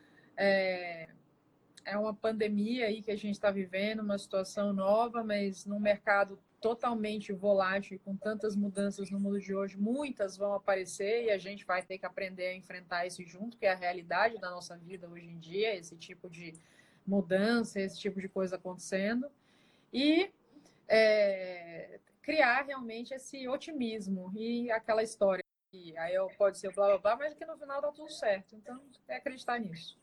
É uma pandemia aí que a gente está vivendo, uma situação nova, mas num mercado totalmente volátil, com tantas mudanças no mundo de hoje, muitas vão aparecer e a gente vai ter que aprender a enfrentar isso junto, que é a realidade da nossa vida hoje em dia, esse tipo de mudança, esse tipo de coisa acontecendo. E criar realmente esse otimismo e aquela história que aí pode ser blá blá blá, mas que no final dá tudo certo. Então, é acreditar nisso.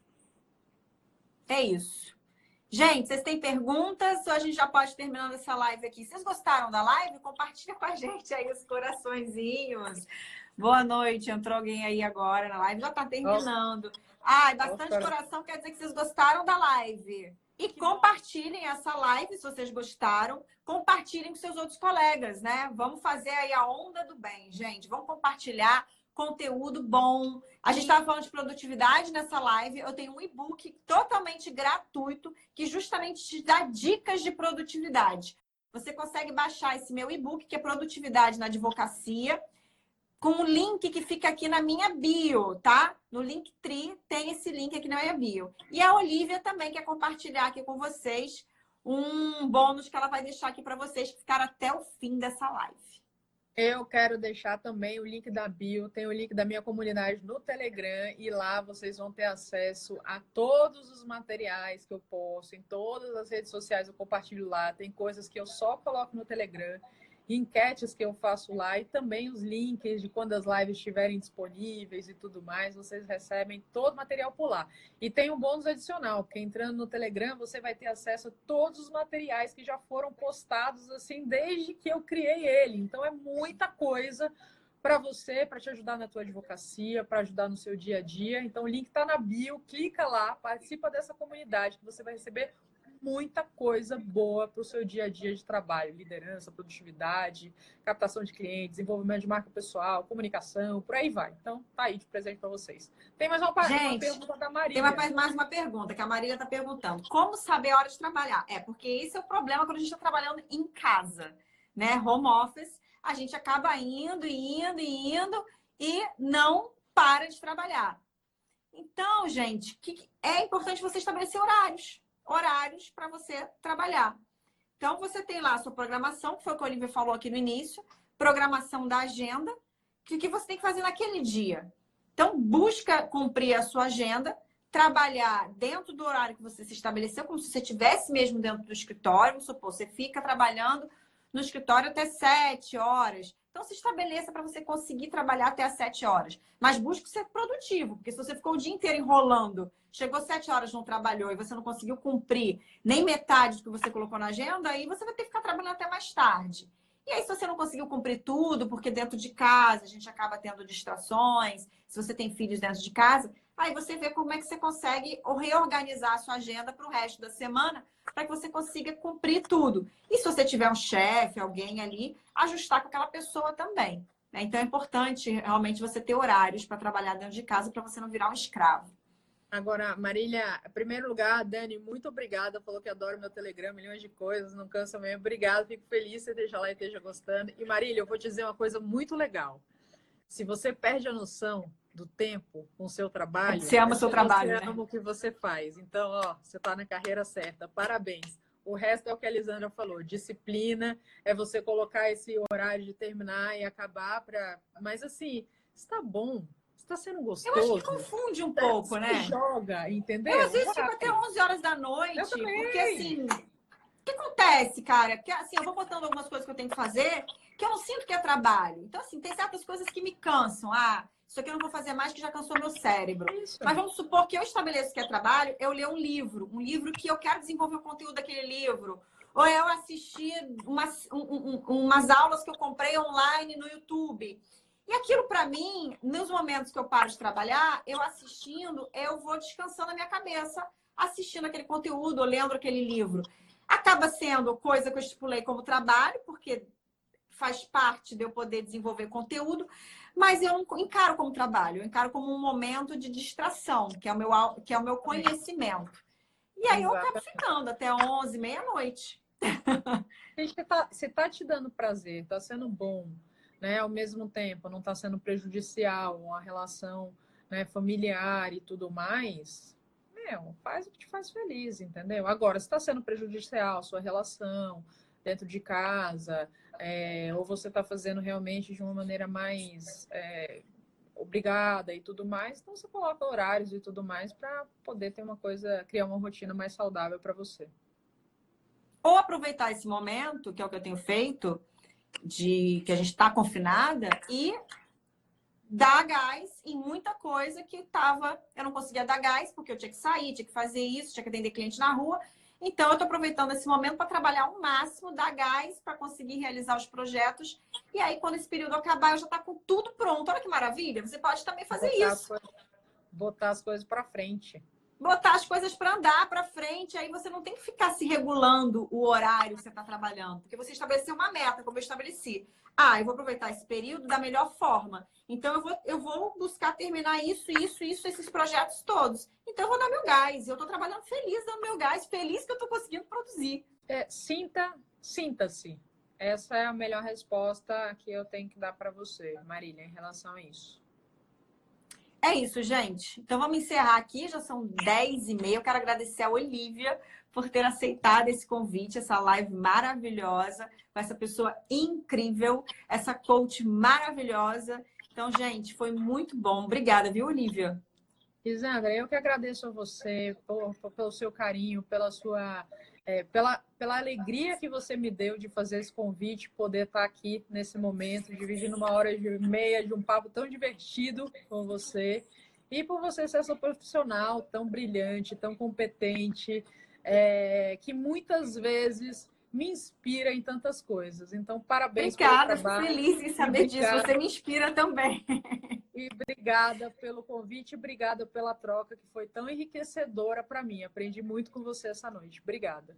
É isso. Gente, vocês têm perguntas ou a gente já pode ir terminando essa live aqui? Vocês gostaram da live? Compartilha com a gente aí os coraçõezinhos. Boa noite. Entrou alguém aí agora na live. Já tá terminando. Bastante coração quer dizer que vocês gostaram da live. E compartilhem essa live se vocês gostaram. Compartilhem com seus outros colegas, né? Vamos fazer aí a onda do bem, gente. Vamos compartilhar conteúdo bom. A gente estava falando de produtividade nessa live. Eu tenho um e-book totalmente gratuito que justamente te dá dicas de produtividade. Você consegue baixar esse meu e-book, que é Produtividade na Advocacia, com o link que fica aqui na minha bio, tá? No Linktree tem esse link aqui na minha bio. E a Olivia também quer compartilhar aqui com vocês um bônus que ela vai deixar aqui para vocês que ficaram até o fim dessa live. Eu quero deixar também o link da bio, tem o link da minha comunidade no Telegram e lá vocês vão ter acesso a todos os materiais que eu posto, em todas as redes sociais eu compartilho lá, tem coisas que eu só coloco no Telegram, enquetes que eu faço lá e também os links de quando as lives estiverem disponíveis e tudo mais, vocês recebem todo o material por lá. E tem um bônus adicional, porque entrando no Telegram você vai ter acesso a todos os materiais que já foram postados assim desde que eu criei ele. Então é muita coisa para você, para te ajudar na tua advocacia, para ajudar no seu dia a dia. Então o link está na bio, clica lá, participa dessa comunidade que você vai receber muita coisa boa para o seu dia a dia de trabalho, liderança, produtividade, captação de clientes, desenvolvimento de marca pessoal, comunicação, por aí vai. Então, tá aí de presente para vocês. Tem mais uma pergunta da Marília. Tem mais uma pergunta que a Marília está perguntando. Como saber a hora de trabalhar? Porque esse é o problema quando a gente está trabalhando em casa, né? Home office, a gente acaba indo e não para de trabalhar. Então, gente, é importante você estabelecer horários para você trabalhar. Então, você tem lá a sua programação, que foi o que a Olivia falou aqui no início, programação da agenda, que você tem que fazer naquele dia. Então, busca cumprir a sua agenda, trabalhar dentro do horário que você se estabeleceu, como se você estivesse mesmo dentro do escritório. Vamos supor, você fica trabalhando no escritório até 7 horas. Então, se estabeleça para você conseguir trabalhar até as 7 horas. Mas busque ser produtivo, porque se você ficou o dia inteiro enrolando, chegou 7 horas, não trabalhou e você não conseguiu cumprir nem metade do que você colocou na agenda, aí você vai ter que ficar trabalhando até mais tarde. E aí, se você não conseguiu cumprir tudo, porque dentro de casa a gente acaba tendo distrações, se você tem filhos dentro de casa, aí você vê como é que você consegue reorganizar a sua agenda para o resto da semana, para que você consiga cumprir tudo. E se você tiver um chefe, alguém ali, ajustar com aquela pessoa também. Né? Então é importante realmente você ter horários para trabalhar dentro de casa para você não virar um escravo. Agora, Marília, em primeiro lugar, Dani, muito obrigada. Falou que adora o meu Telegram, milhões de coisas, não cansa mesmo. Obrigada, fico feliz que você esteja lá e esteja gostando. E, Marília, eu vou te dizer uma coisa muito legal. Se você perde a noção do tempo com o seu trabalho, Você ama é o seu porque você trabalho, né? ama o que você faz. Então, ó, você está na carreira certa. Parabéns. O resto é o que a Elisandra falou. Disciplina é você colocar esse horário de terminar e acabar para. Mas assim, está bom, está sendo Eu acho que gostoso. confunde um pouco, Se né? joga, Eu, às entendeu? vezes, fico até Vai. 11 horas da Eu noite, porque, também. assim, o que acontece, cara? Porque, assim, eu vou botando algumas coisas que eu tenho que fazer que eu não sinto que é trabalho. Então, assim, tem certas coisas que me cansam. Ah, isso aqui eu não vou fazer mais que já cansou meu cérebro. Isso. Mas vamos supor que eu estabeleço que é trabalho, eu ler um livro que eu quero desenvolver o conteúdo daquele livro. Ou eu assistir umas aulas que eu comprei online no YouTube. E aquilo, para mim, nos momentos que eu paro de trabalhar, eu assistindo, eu vou descansando a minha cabeça, assistindo aquele conteúdo, ou lendo aquele livro. Acaba sendo coisa que eu estipulei como trabalho, porque faz parte de eu poder desenvolver conteúdo, mas eu não encaro como trabalho, eu encaro como um momento de distração, que é o meu conhecimento. E aí eu acabo Exatamente. ficando até 11, meia-noite. Se tá te dando prazer, tá sendo bom, né? Ao mesmo tempo, não tá sendo prejudicial, uma relação, né, familiar e tudo mais, meu, faz o que te faz feliz, entendeu? Agora, se tá sendo prejudicial sua relação dentro de casa, ou você tá fazendo realmente de uma maneira mais obrigada e tudo mais, então você coloca horários e tudo mais para poder ter uma coisa, criar uma rotina mais saudável para você. Ou aproveitar esse momento, que é o que eu tenho feito, de que a gente está confinada, e dar gás em muita coisa que eu não conseguia dar gás, porque eu tinha que sair, tinha que fazer isso, tinha que atender cliente na rua. Então, eu estou aproveitando esse momento para trabalhar ao máximo, dar gás para conseguir realizar os projetos. E aí, quando esse período acabar, eu já está com tudo pronto. Olha que maravilha! Você pode também fazer Botar as isso. coisas, botar as coisas para frente. Botar as coisas para andar para frente, aí você não tem que ficar se regulando o horário que você está trabalhando, porque você estabeleceu uma meta, como eu estabeleci. Ah, eu vou aproveitar esse período da melhor forma. Então, eu vou buscar terminar esses projetos todos. Então, eu vou dar meu gás. Eu estou trabalhando feliz dando meu gás, feliz que eu estou conseguindo produzir. Sinta-se. Essa é a melhor resposta que eu tenho que dar para você, Marília, em relação a isso. É isso, gente. Então vamos encerrar aqui, já são 10h30. Eu quero agradecer a Olivia por ter aceitado esse convite, essa live maravilhosa, com essa pessoa incrível, essa coach maravilhosa. Então, gente, foi muito bom. Obrigada, viu, Olivia? Isandra, eu que agradeço a você pelo seu carinho, pela alegria que você me deu de fazer esse convite, poder estar aqui nesse momento, dividindo 1h30 de um papo tão divertido com você, e por você ser essa profissional tão brilhante, tão competente, que muitas vezes me inspira em tantas coisas. Então, parabéns pelo Obrigada, fico trabalho feliz em e saber disso. obrigada. Você me inspira também. E obrigada pelo convite, obrigada pela troca, que foi tão enriquecedora para mim. Aprendi muito com você essa noite. Obrigada.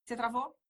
Você travou?